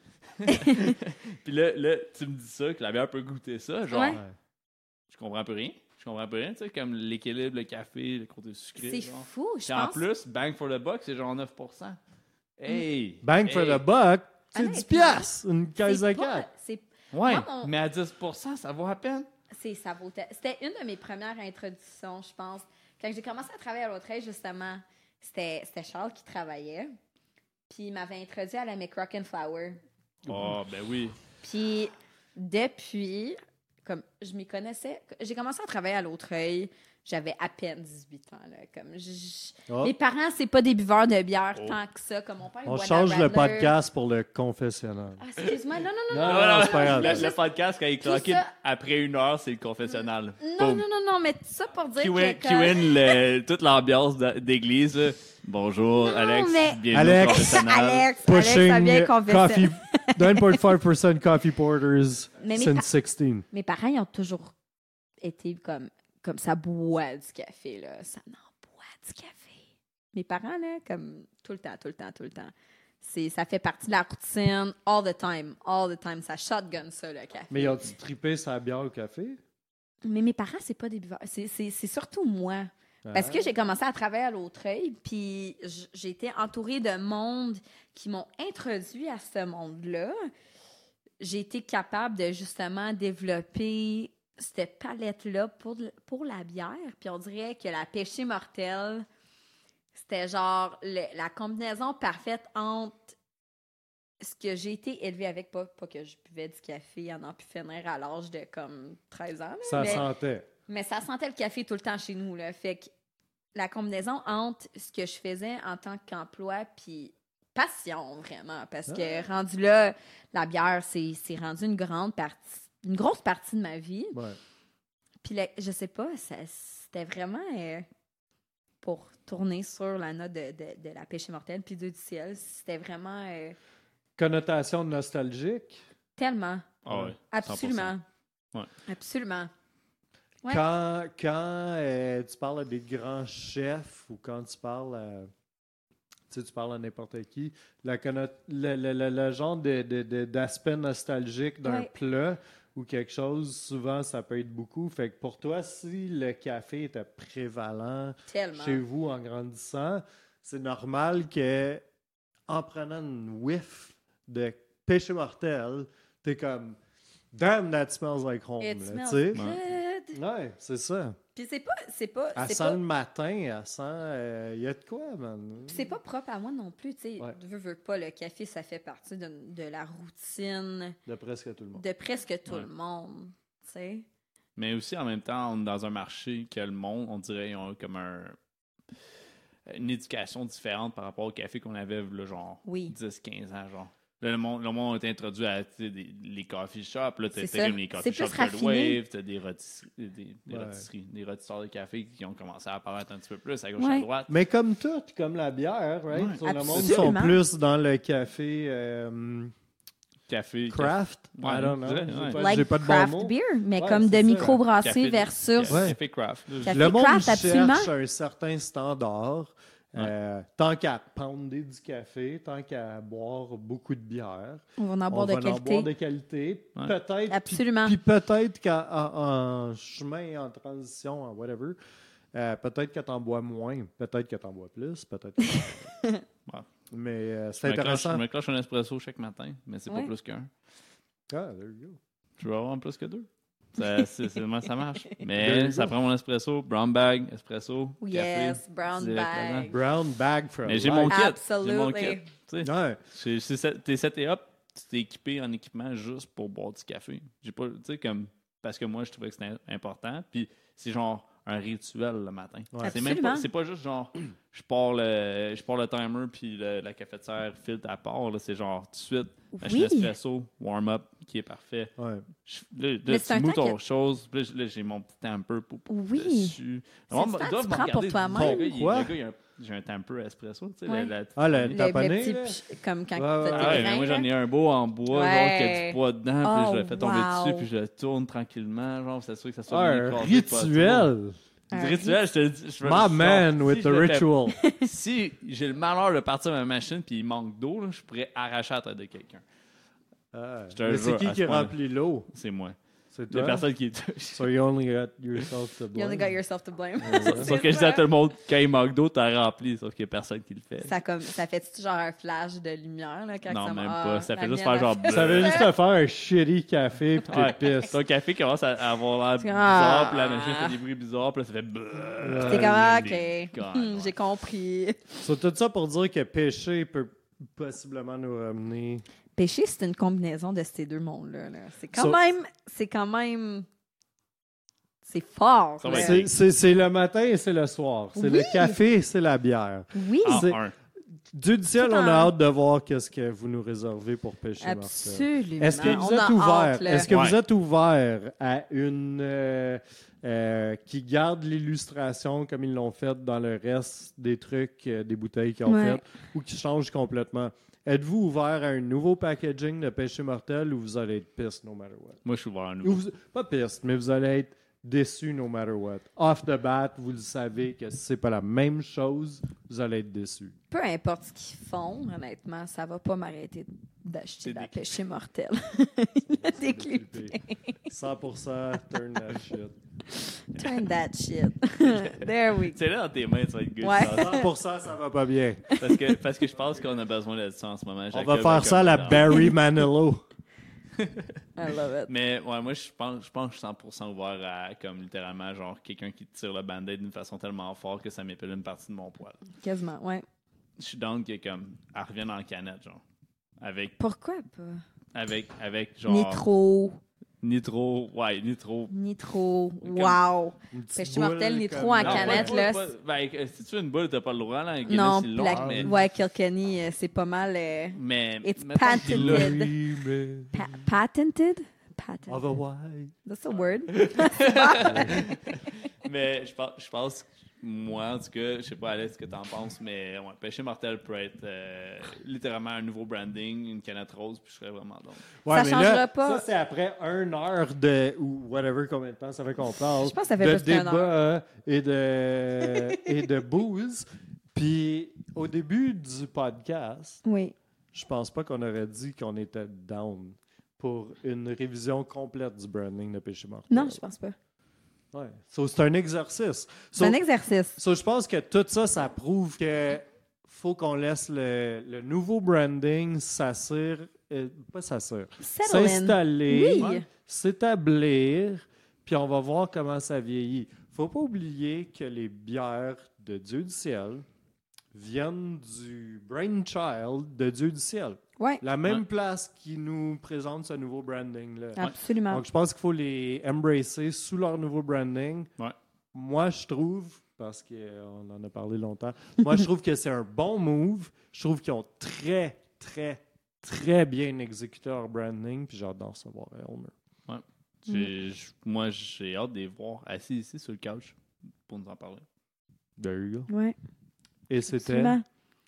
Puis là, là, tu me dis ça, que la bière peut goûter ça. Genre, Ouais. je comprends plus rien. Je comprends plus rien, tu sais, comme l'équilibre, le café, le côté sucré. C'est genre. fou, je Puis en pense. plus, bang for the buck, c'est genre neuf pour cent. Hey! Bang for hey. the buck, Ah c'est non, dix puis- piastres, une caisse de C'est pas- quatre. c'est Ouais, Moi, mon- mais à dix pour cent, ça vaut à peine. C'est ça vaut te- C'était une de mes premières introductions, je pense. Quand j'ai commencé à travailler à l'Autre, justement, c'était c'était Charles qui travaillait. Puis il m'avait introduit à la McRock and Flower. Oh, ben oui. Puis depuis, comme, je m'y connaissais. J'ai commencé à travailler à l'Autreuil. J'avais à peine dix-huit ans. Là, comme, je, je- Oh. Mes parents, c'est pas des buveurs de bière Oh. tant que ça. Comme mon père, il On boit de change la le Radler. podcast pour le confessionnal. Ah, excuse-moi. Non, non, non. Non, Non, non, non, c'est pas grave. Le, juste- le podcast, quand il Tout cloquait ça- après une heure, c'est le confessionnal. Non, Boom. non, non, non, mais tout ça pour dire Cue que... in, comme- cue in le- toute l'ambiance de- d'église. là. Bonjour, Non, Alex. mais- Bienvenue Alex. au confessionnal. Alex, Alex, ça Pushing vient confesser. coffee, nine point five percent coffee porters Mais mes since pa- sixteen. Mes parents, ils ont toujours été comme, comme ça boit du café, là. Ça n'en boit du café. Mes parents, là, comme tout le temps, tout le temps, tout le temps. C'est, ça fait partie de la routine, all the time, all the time. Ça shotgun ça, le café. Mais ils ont-tu trippé sa bière au café? Mais mes parents, c'est pas des buveurs. C'est, c'est, c'est surtout moi. Parce Ah. que j'ai commencé à travailler à l'Autreuil, puis j- j'ai été entourée de monde qui m'ont introduit à ce monde-là. J'ai été capable de justement développer cette palette-là pour, de- pour la bière. Puis on dirait que la pêchée mortelle, c'était genre le- la combinaison parfaite entre ce que j'ai été élevée avec, pas, pas que je buvais du café à n'en plus finir à l'âge de comme treize ans. là, Ça mais- sentait. mais ça sentait le café tout le temps chez nous, là. Fait que la combinaison entre ce que je faisais en tant qu'emploi puis passion, vraiment. Parce que rendu là, la bière, c'est, c'est rendu une grande partie, une grosse partie de ma vie. Ouais. Puis là, je sais pas, ça, c'était vraiment euh, pour tourner sur la note de, de, de la pêche mortelle puis Dieu du ciel. C'était vraiment euh, Connotation nostalgique. tellement, Ah ouais, absolument. Ouais. Absolument. Ouais. Quand, quand euh, tu parles à des grands chefs ou quand tu parles à, tu sais, tu parles à n'importe qui, la conno- le, le- le- le genre de, de- de- d'aspect nostalgique d'un Ouais. plat ou quelque chose, souvent, ça peut être beaucoup. Fait que pour toi, si le café était prévalent Tellement. chez vous en grandissant, c'est normal que en prenant une whiff de péché mortel, t'es comme « Damn, that smells like home », It là, smells tu sais. good. Ouais, c'est ça. Puis c'est pas, c'est pas, Elle c'est sent pas, le matin, elle sent... Il y a de quoi, man? c'est pas propre à moi non plus, tu sais. Ouais. Veux, veux pas, le café, ça fait partie de, de la routine De presque tout le monde. de presque tout Ouais. le monde, tu sais. Mais aussi, en même temps, on est dans un marché que le monde, on dirait, ils ont comme un, une éducation différente par rapport au café qu'on avait, là, genre, Oui. dix quinze ans, genre. Là, le monde, le monde a été introduit à tu sais, des, les coffee shops. Là, t'as C'est t'as ça. comme les coffee C'est plus shops Third raffiné. Wave, t'as des rôtisseries, des, des, Ouais. rôtisseries, des rôtisseurs de café qui ont commencé à apparaître un petit peu plus à gauche Ouais. à droite. Mais comme tout, comme la bière, right? Ouais. So, le monde Absolument. sont plus dans le café euh, Café, craft. Ouais, I don't know. je dirais, J'ai ouais. pas, Like j'ai pas de bon craft mot. beer, mais Ouais, comme c'est de ça. microbrasserie Café- versus... Ouais. Café craft. là. Café Le monde craft, cherche absolument. un certain standard. Euh, tant qu'à pounder du café, tant qu'à boire beaucoup de bière, On va en on boire de va en qualité. boire de qualité. Ouais. Peut-être. Absolument. Puis, puis peut-être qu'en en chemin, en transition, en whatever, euh, peut-être que tu en bois moins, peut-être que tu en bois plus, peut-être que Ouais. Mais euh, Je c'est me cloche- intéressant. Je me cloche un espresso chaque matin, mais c'est Ouais. pas plus qu'un. Ah, there you go. Je veux avoir plus que deux. Ça, c'est, c'est comment ça marche. Mais There ça you go. prend mon espresso, brown bag, espresso, café. Yes, brown directement. bag. Brown bag for Mais j'ai life. mon kit. J'ai mon Absolutely. kit. Tu sais, Ouais. c'est- c'est set- t'es set et up, tu t'es équipé en équipement juste pour boire du café. J'ai pas, tu sais, comme, parce que moi, je trouvais que c'était important. Puis c'est genre un rituel le matin. Ouais. C'est même pas, Absolument. c'est pas juste genre, je pars le, je pars le timer puis le- la cafetière filtre à part. Là, c'est genre tout de suite, machine Oui. espresso, warm-up qui est parfait. Ouais. Je- Là, là, Mais c'est un tu mous temps ton que- chose. Puis Là, j- là, j'ai mon petit tamper pour, pour Oui. dessus. C'est Le du monde temps que doit tu me prends pour regarder, toi-même. le gars, il- Quoi? le gars, il a un- j'ai un tamper espresso. Tu sais, Ouais. la, la Ah, le- Le, le taponné, petit, là? pch- comme quand Ouais, tu as ouais, tes Ah ouais, mais grains, moi j'en là. ai un beau en bois, Ouais. genre, qui a du poids dedans, puis Oh, je le fais tomber wow. dessus, puis je le tourne tranquillement, genre, c'est sûr que ça soit Ah, bien un écrasé, pas trop. rituel. Du Un rituel, je te le dis. je me- My genre, man with si the je le fais- ritual. Si j'ai le malheur de partir ma machine, puis il manque d'eau, là, je pourrais arracher la tête de quelqu'un. Ah. Je te Mais c'est jure, qui à qui ce point-là. remplit l'eau? C'est moi. C'est Il y a toi? personne qui est. So you only got yourself to You blame. only got yourself to blame. Ouais. Sauf que je dis à tout le monde, quand il manque d'eau, t'as rempli, sauf qu'il y a personne qui le fait. Ça, comme, ça fait-tu genre un flash de lumière là, quand Non, ça même ah, pas. Ça la fait juste mienne, faire genre. elle Ça veut juste te faire un shitty café pis t'es Ouais. pisse. Ton café commence à avoir l'air Ah. bizarre, puis la machine fait des bruits bizarres, puis là, ça fait. T'es comme, ah, des OK, gars, Hmm, ouais. j'ai compris. So, tout ça pour dire que péché peut possiblement nous ramener. Péché, c'est une combinaison de ces deux mondes-là. là. C'est quand So- même... C'est quand même... C'est fort. Ça là. va être- C'est, c'est, c'est le matin et c'est le soir. C'est Oui. le café et c'est la bière. Oui, En C'est- un. Dieu du ciel, Tout on a en- hâte de voir qu'est-ce que vous nous réservez pour Péché Mortel. absolument. Est-ce que vous On êtes a ouvert? hâte, là. Est-ce que Ouais. vous êtes ouvert à une euh, euh, qui garde l'illustration comme ils l'ont fait dans le reste des trucs, euh, des bouteilles qu'ils ont Ouais. faites, ou qui change complètement? Êtes-vous ouvert à un nouveau packaging de Péché Mortel ou vous allez être pissed no matter what? Moi, je suis ouvert à Ou nouveau. vous- pas pissed, mais vous allez être déçu no matter what. Off the bat, vous le savez que si c'est pas la même chose, vous allez être déçu. Peu importe ce qu'ils font, honnêtement, ça va pas m'arrêter d'acheter C'est de la déclippé. Péché Mortel. Il a déclippé. cent pour cent turn that shit. Turn that shit. There we go. C'est là dans tes mains, tu vas être good. Ouais. ça. cent pour cent, ça va pas bien. Parce que, parce que je pense qu'on a besoin de ça en ce moment. On Jacob va faire est ça à la comme- Barry Manilow. I love it. Mais ouais, moi, je pense, je pense que je suis cent pour cent ouvert à, comme littéralement, genre, quelqu'un qui tire le band-aid d'une façon tellement forte que ça m'épile une partie de mon poil. Quasiment, ouais. Je suis down que, comme, elle revienne en canette, genre. Avec, Pourquoi pas? avec, avec, genre. Nitro. Nitro, ouais, Nitro. Nitro. Wow. Une petite Péché mortel, boule nitro comme- en Non, canette, pas- là. pas- Ben, euh, si tu veux une boule, t'as pas le droit, là. Un Guinness, Non, ils l'ont, la, mais, ouais, Kilkenny, euh, c'est pas mal. euh, mais It's mettons qu'il l'a- patented. Dreaming pa- patented? Patented. otherwise. That's a word. Mais je pense, je pense, moi, en tout cas, je sais pas, Alex, ce que t'en penses, mais ouais, Péché Mortel peut être euh, littéralement un nouveau branding, une canette rose, puis je serais vraiment donc. Ouais, Ça mais changera là, pas. Ça, c'est après une heure de. Ou whatever, combien de temps ça fait qu'on parle. Je pense que ça fait de plus qu'une débat heure. et de, et de booze. Puis au début du podcast, Oui. je pense pas qu'on aurait dit qu'on était down pour une révision complète du branding de Péché Mortel. Non, je pense pas. Ouais. So, c'est un exercice. C'est So- un exercice. So, je pense que tout ça, ça prouve que faut qu'on laisse le, le nouveau branding s'assire, euh, pas s'assire, Settle in. s'installer, Oui. s'établir, puis on va voir comment ça vieillit. Faut pas oublier que les bières de Dieu du ciel viennent du brainchild de Dieu du ciel. Oui, La même Ouais. place qui nous présente ce nouveau branding-là. absolument. Donc, je pense qu'il faut les embracer sous leur nouveau branding. Ouais. Moi, je trouve, parce qu'on en a parlé longtemps, moi, je trouve que c'est un bon move. Je trouve qu'ils ont très, très, très bien exécuté leur branding, puis j'adore savoir Elmer. J'ai- j- Moi, j'ai hâte de les voir assis ici sur le couch pour nous en parler. There you go. Oui, Et c'était... absolument.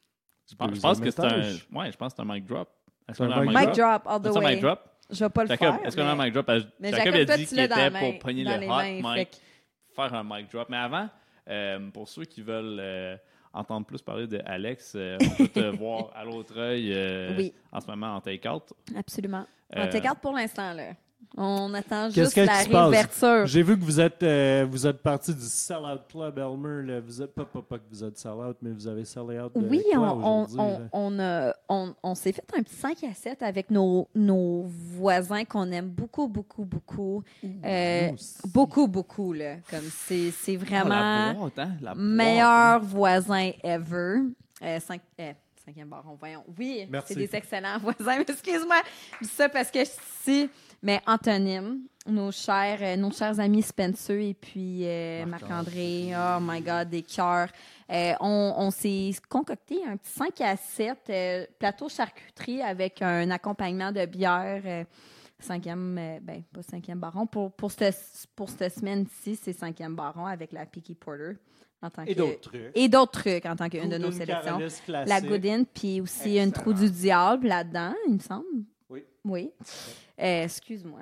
Je pense, je Deuxième pense que c'est un. étage. Ouais, je pense que c'est un mic drop. Est-ce C'est un qu'on a un mic mic Mic drop? drop all the C'est un way. mic drop? Je vais pas le Jacob, faire. est-ce qu'on a un mais- mic drop? Parce- Mais Jacob, Jacob, a toi, dit tu qu'il l'as dans la était main- pour pogner dans le les hot mains, mic, fait faire un mic drop. Mais avant, euh, pour ceux qui veulent euh, entendre plus parler de Alex, euh, on peut te voir à l'autre œil euh, Oui. en ce moment en take-out. Absolument. Euh, On t'écarte pour l'instant, là. On attend Qu'est-ce juste que- la qui se passe? réouverture. J'ai vu que vous êtes, euh, vous êtes parti du Sell-Out Club, Elmer. Là. Vous êtes, pas, pas, pas que vous êtes Sell-Out, mais vous avez Sell-Out de Oui, quoi on, on, aujourd'hui, on, là? on, a- on- on s'est fait un petit cinq à sept avec nos, nos voisins qu'on aime beaucoup, beaucoup, beaucoup. Euh, Nous aussi. beaucoup, beaucoup, là. Comme c'est, c'est Oh, vraiment la boîte, hein? La boîte, meilleur voisin ever. Euh, cinq, euh, cinquième baron, voyons. Oui, Merci. c'est des excellents voisins. Mais excuse-moi, je dis ça parce que je suis ici. Mais Antonyme, nos chers, euh, nos chers amis Spencer et puis euh, Marc-André. Marc-André, oh my God, des cœurs. Euh, on, on s'est concocté un petit cinq à sept euh, plateau charcuterie avec un accompagnement de bière. euh, cinquième, euh, ben, pas cinquième baron. Pour, pour cette, pour cette semaine-ci, c'est cinquième baron avec la Peaky Porter. En tant Et que- d'autres trucs. et d'autres trucs en tant qu'une de nos Goodin sélections. Carolis classique. La Goodin, puis aussi une Excellent. trou du diable là-dedans, il me semble. Oui. Oui. Euh, excuse-moi.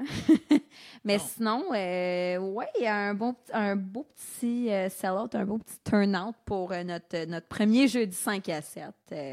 Mais Non. sinon, euh, ouais, il y a un, bon, petit- un beau petit euh, sell-out, un beau petit turn-out pour euh, notre, notre premier jeudi cinq à sept. Euh,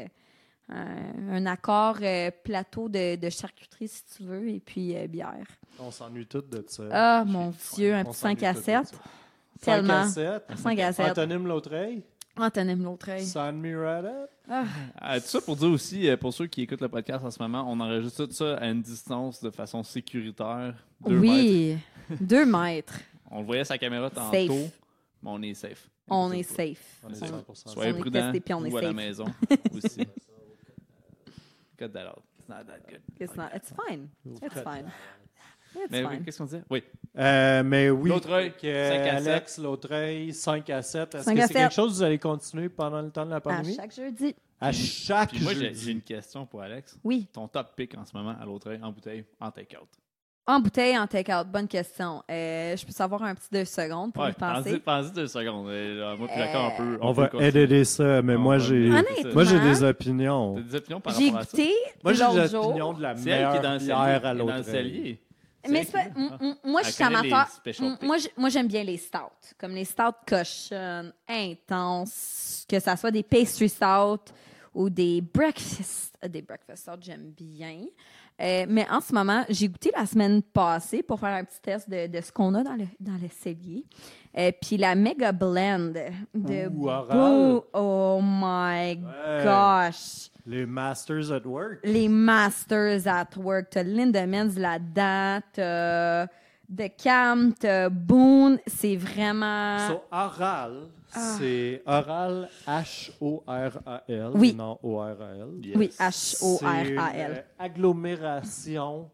un, un accord euh, plateau de, de charcuterie, si tu veux, et puis euh, bière. On s'ennuie toutes de ça. Ah, mon Dieu, un On petit cinq à s'ennuie toutes de sept. ça. Tellement. cinq à sept. cinq à sept. Antonyme Lautreuil. Antonyme Lautreuil. Sign me right up. Ah, Euh, tout ça pour dire aussi, euh, pour ceux qui écoutent le podcast en ce moment, on enregistre tout ça à une distance de façon sécuritaire. Deux mètres. oui, deux mètres. On le voyait sa caméra tantôt, Safe. mais on est safe. On est safe. On est On- cent pour cent. Soyez On est prudents, testé, puis on est vous à la safe. maison aussi. Cut that out. It's not that good. It's not. It's fine. It's fine. It's Mais oui, fine. qu'est-ce qu'on disait? Oui. Euh, mais oui, L'Autreuil, que cinq à Alex, l'Autreuil, cinq à sept. Est-ce cinq que à c'est sept. quelque chose que vous allez continuer pendant le temps de la À pandémie? chaque jeudi. À chaque Puis moi, j'ai jeudi. j'ai une question pour Alex. Oui. Ton top pick en ce moment à l'Autreuil, en bouteille, en take-out. En bouteille, en take-out. Bonne question. Euh, je peux savoir un petit deux secondes pour Ouais, y penser. pense-y, pense-y deux secondes. Et, là, moi, puis d'accord, on peut. On, peut va continuer. aider ça, mais On moi, va- j'ai, Honnêtement, moi, j'ai des opinions. T'as des opinions par J'ai rapport à ça? goûté Moi, j'ai l'autre des jour. opinions de la C'est elle qui est meilleure dans le cellier. bière à Elle est dans le l'Autreuil. cellier. Mais C'est c'est pas- elle qui- m- ah. m- moi, je Elle suis connaît amateur. les special M- Moi, j- moi, j'aime bien les stouts. Comme les stouts cochonnes, intenses, que ça soit des pastry stouts ou des breakfast. euh, Des breakfast stouts, j'aime bien. Euh, mais en ce moment, j'ai goûté la semaine passée pour faire un petit test de, de ce qu'on a dans le, dans le cellier. Euh, Puis la Mega Blend de Ouh, Oral. Beau- Oh my Ouais. gosh! Les Masters at Work. Les Masters at Work. T'as Linda Menz là-dedans, t'as The Cam, t'as Boone. C'est vraiment... So, Oral, c'est Oral H O R A L, Oui. non O R A L. Yes. Oui, H O R A C'est une L. agglomération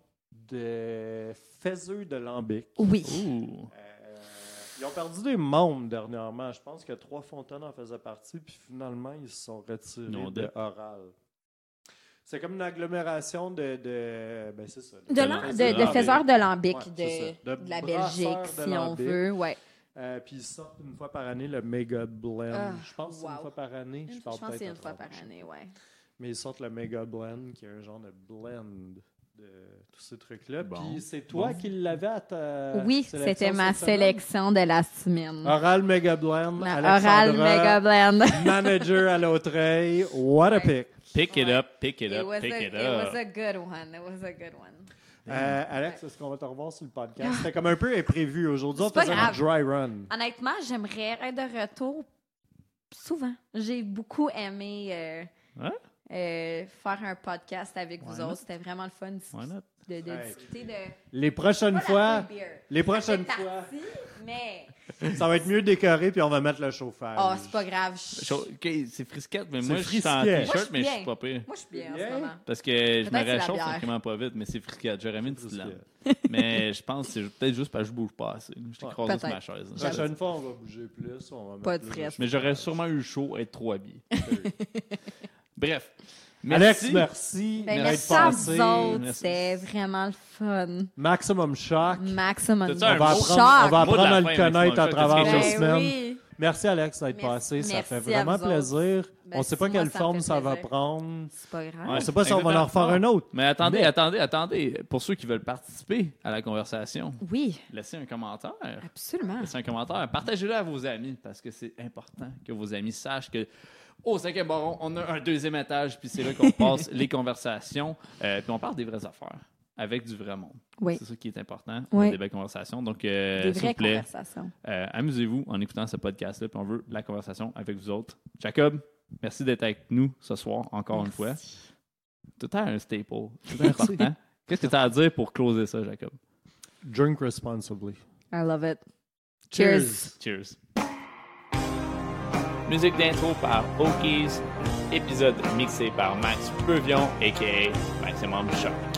de faiseux de lambic. Oui. Ouh. Euh, ils ont perdu des membres dernièrement. Je pense que Trois Fontaines en faisaient partie, puis finalement, ils se sont retirés Ils ont de de- Oral. C'est comme une agglomération de... de ben, c'est ça. De, De lan- lambic. de, de faiseurs de lambic Ouais, de, c'est ça. De de la brasseurs Belgique, de si on lambic. veut. Ouais. Euh, puis ils sortent une fois par année le Mega Blend. Ah, je pense que c'est wow. une fois par année. Je Je, parle pense que c'est peut-être une à fois travers, par je sais année, pas. ouais. Mais ils sortent le Mega Blend, qui est un genre de blend de tous ces trucs-là. Bon. Puis c'est toi Bon. qui l'avais à ta Oui, sélection c'était ma cette semaine? sélection de la semaine. Oral Mega Blend. La Alexandra, Oral Mega Blend. manager à l'Autreuil. What a Ouais. pick. Pick it Ouais. up, pick it It up, was, pick a, it it was up. a good one. It was a good one. Euh, Alex, est-ce qu'on va te revoir sur le podcast? C'était comme un peu imprévu. Aujourd'hui, on C'est pas faisait un grave. dry run. Honnêtement, j'aimerais être de retour souvent. J'ai beaucoup aimé euh, Ouais? euh, faire un podcast avec Why vous not? autres. C'était vraiment le fun de, Why not? de, de Ouais. discuter de... Les prochaines Pas la fois, free beer. les prochaines Ça fait fois, partie, mais... ça va être mieux décoré, puis on va mettre le chauffage. Oh, c'est pas grave. Je- Chaud- OK, c'est frisquette, mais C'est moi, je suis en frisquet. Moi, je t-shirt, suis mais je bien. suis pas pire. Moi, je suis bien en Yeah. ce moment. Parce que je me Peut-être c'est la réchauffe bière. tranquillement pas vite, mais c'est frisquette. J'aurais mis une petite Frisquet. lampe. Mais je pense que c'est peut-être juste parce que je bouge pas assez. Je t'ai Ouais. écrasé sur Peut-être. ma chaise. La prochaine fois, on va bouger plus. On va Pas mettre de plus stress. Mais j'aurais sûrement eu chaud à être trop habillé. Bref. Alex, Merci. merci Ben, d'être merci à passé. vous autres. Merci. C'était vraiment le fun. Maximum Shock. Maximum. T'as-tu On un va mot? apprendre, Choc. on va Mot de apprendre la à le fin, connaître à Maximum Shock. travers T'as-tu les quelque Ben semaines. oui. Merci Alex d'être Merci- passé. Ça merci fait à vraiment vous autres. plaisir. Ben, on sait pas moi, quelle ça me forme fait ça va plaisir. prendre. C'est pas grave. On sait pas si on va en refaire un autre. Mais attendez, Mais- attendez, attendez. Pour ceux qui veulent participer à la conversation, Oui, laissez un commentaire. absolument. Laissez un commentaire. Partagez-le à vos amis parce que c'est important que vos amis sachent que au cinquième baron, on a un deuxième étage, puis c'est là qu'on passe les conversations. Euh, puis on parle des vraies affaires avec du vrai monde. Oui. C'est ça qui est important. On Oui. a des belles conversations. Donc, euh, Des s'il vous vraies plaît, conversations. euh, amusez-vous en écoutant ce podcast-là. Puis on veut la conversation avec vous autres. Jacob, merci d'être avec nous ce soir, encore une fois. Merci. Tout est un staple. Tout est important. Qu'est-ce que tu as à dire pour closer ça, Jacob? Drink responsibly. I love it. Cheers. Cheers. Musique d'intro par Okies. Épisode mixé par Max Peuvion, a k a. Maximum Shock.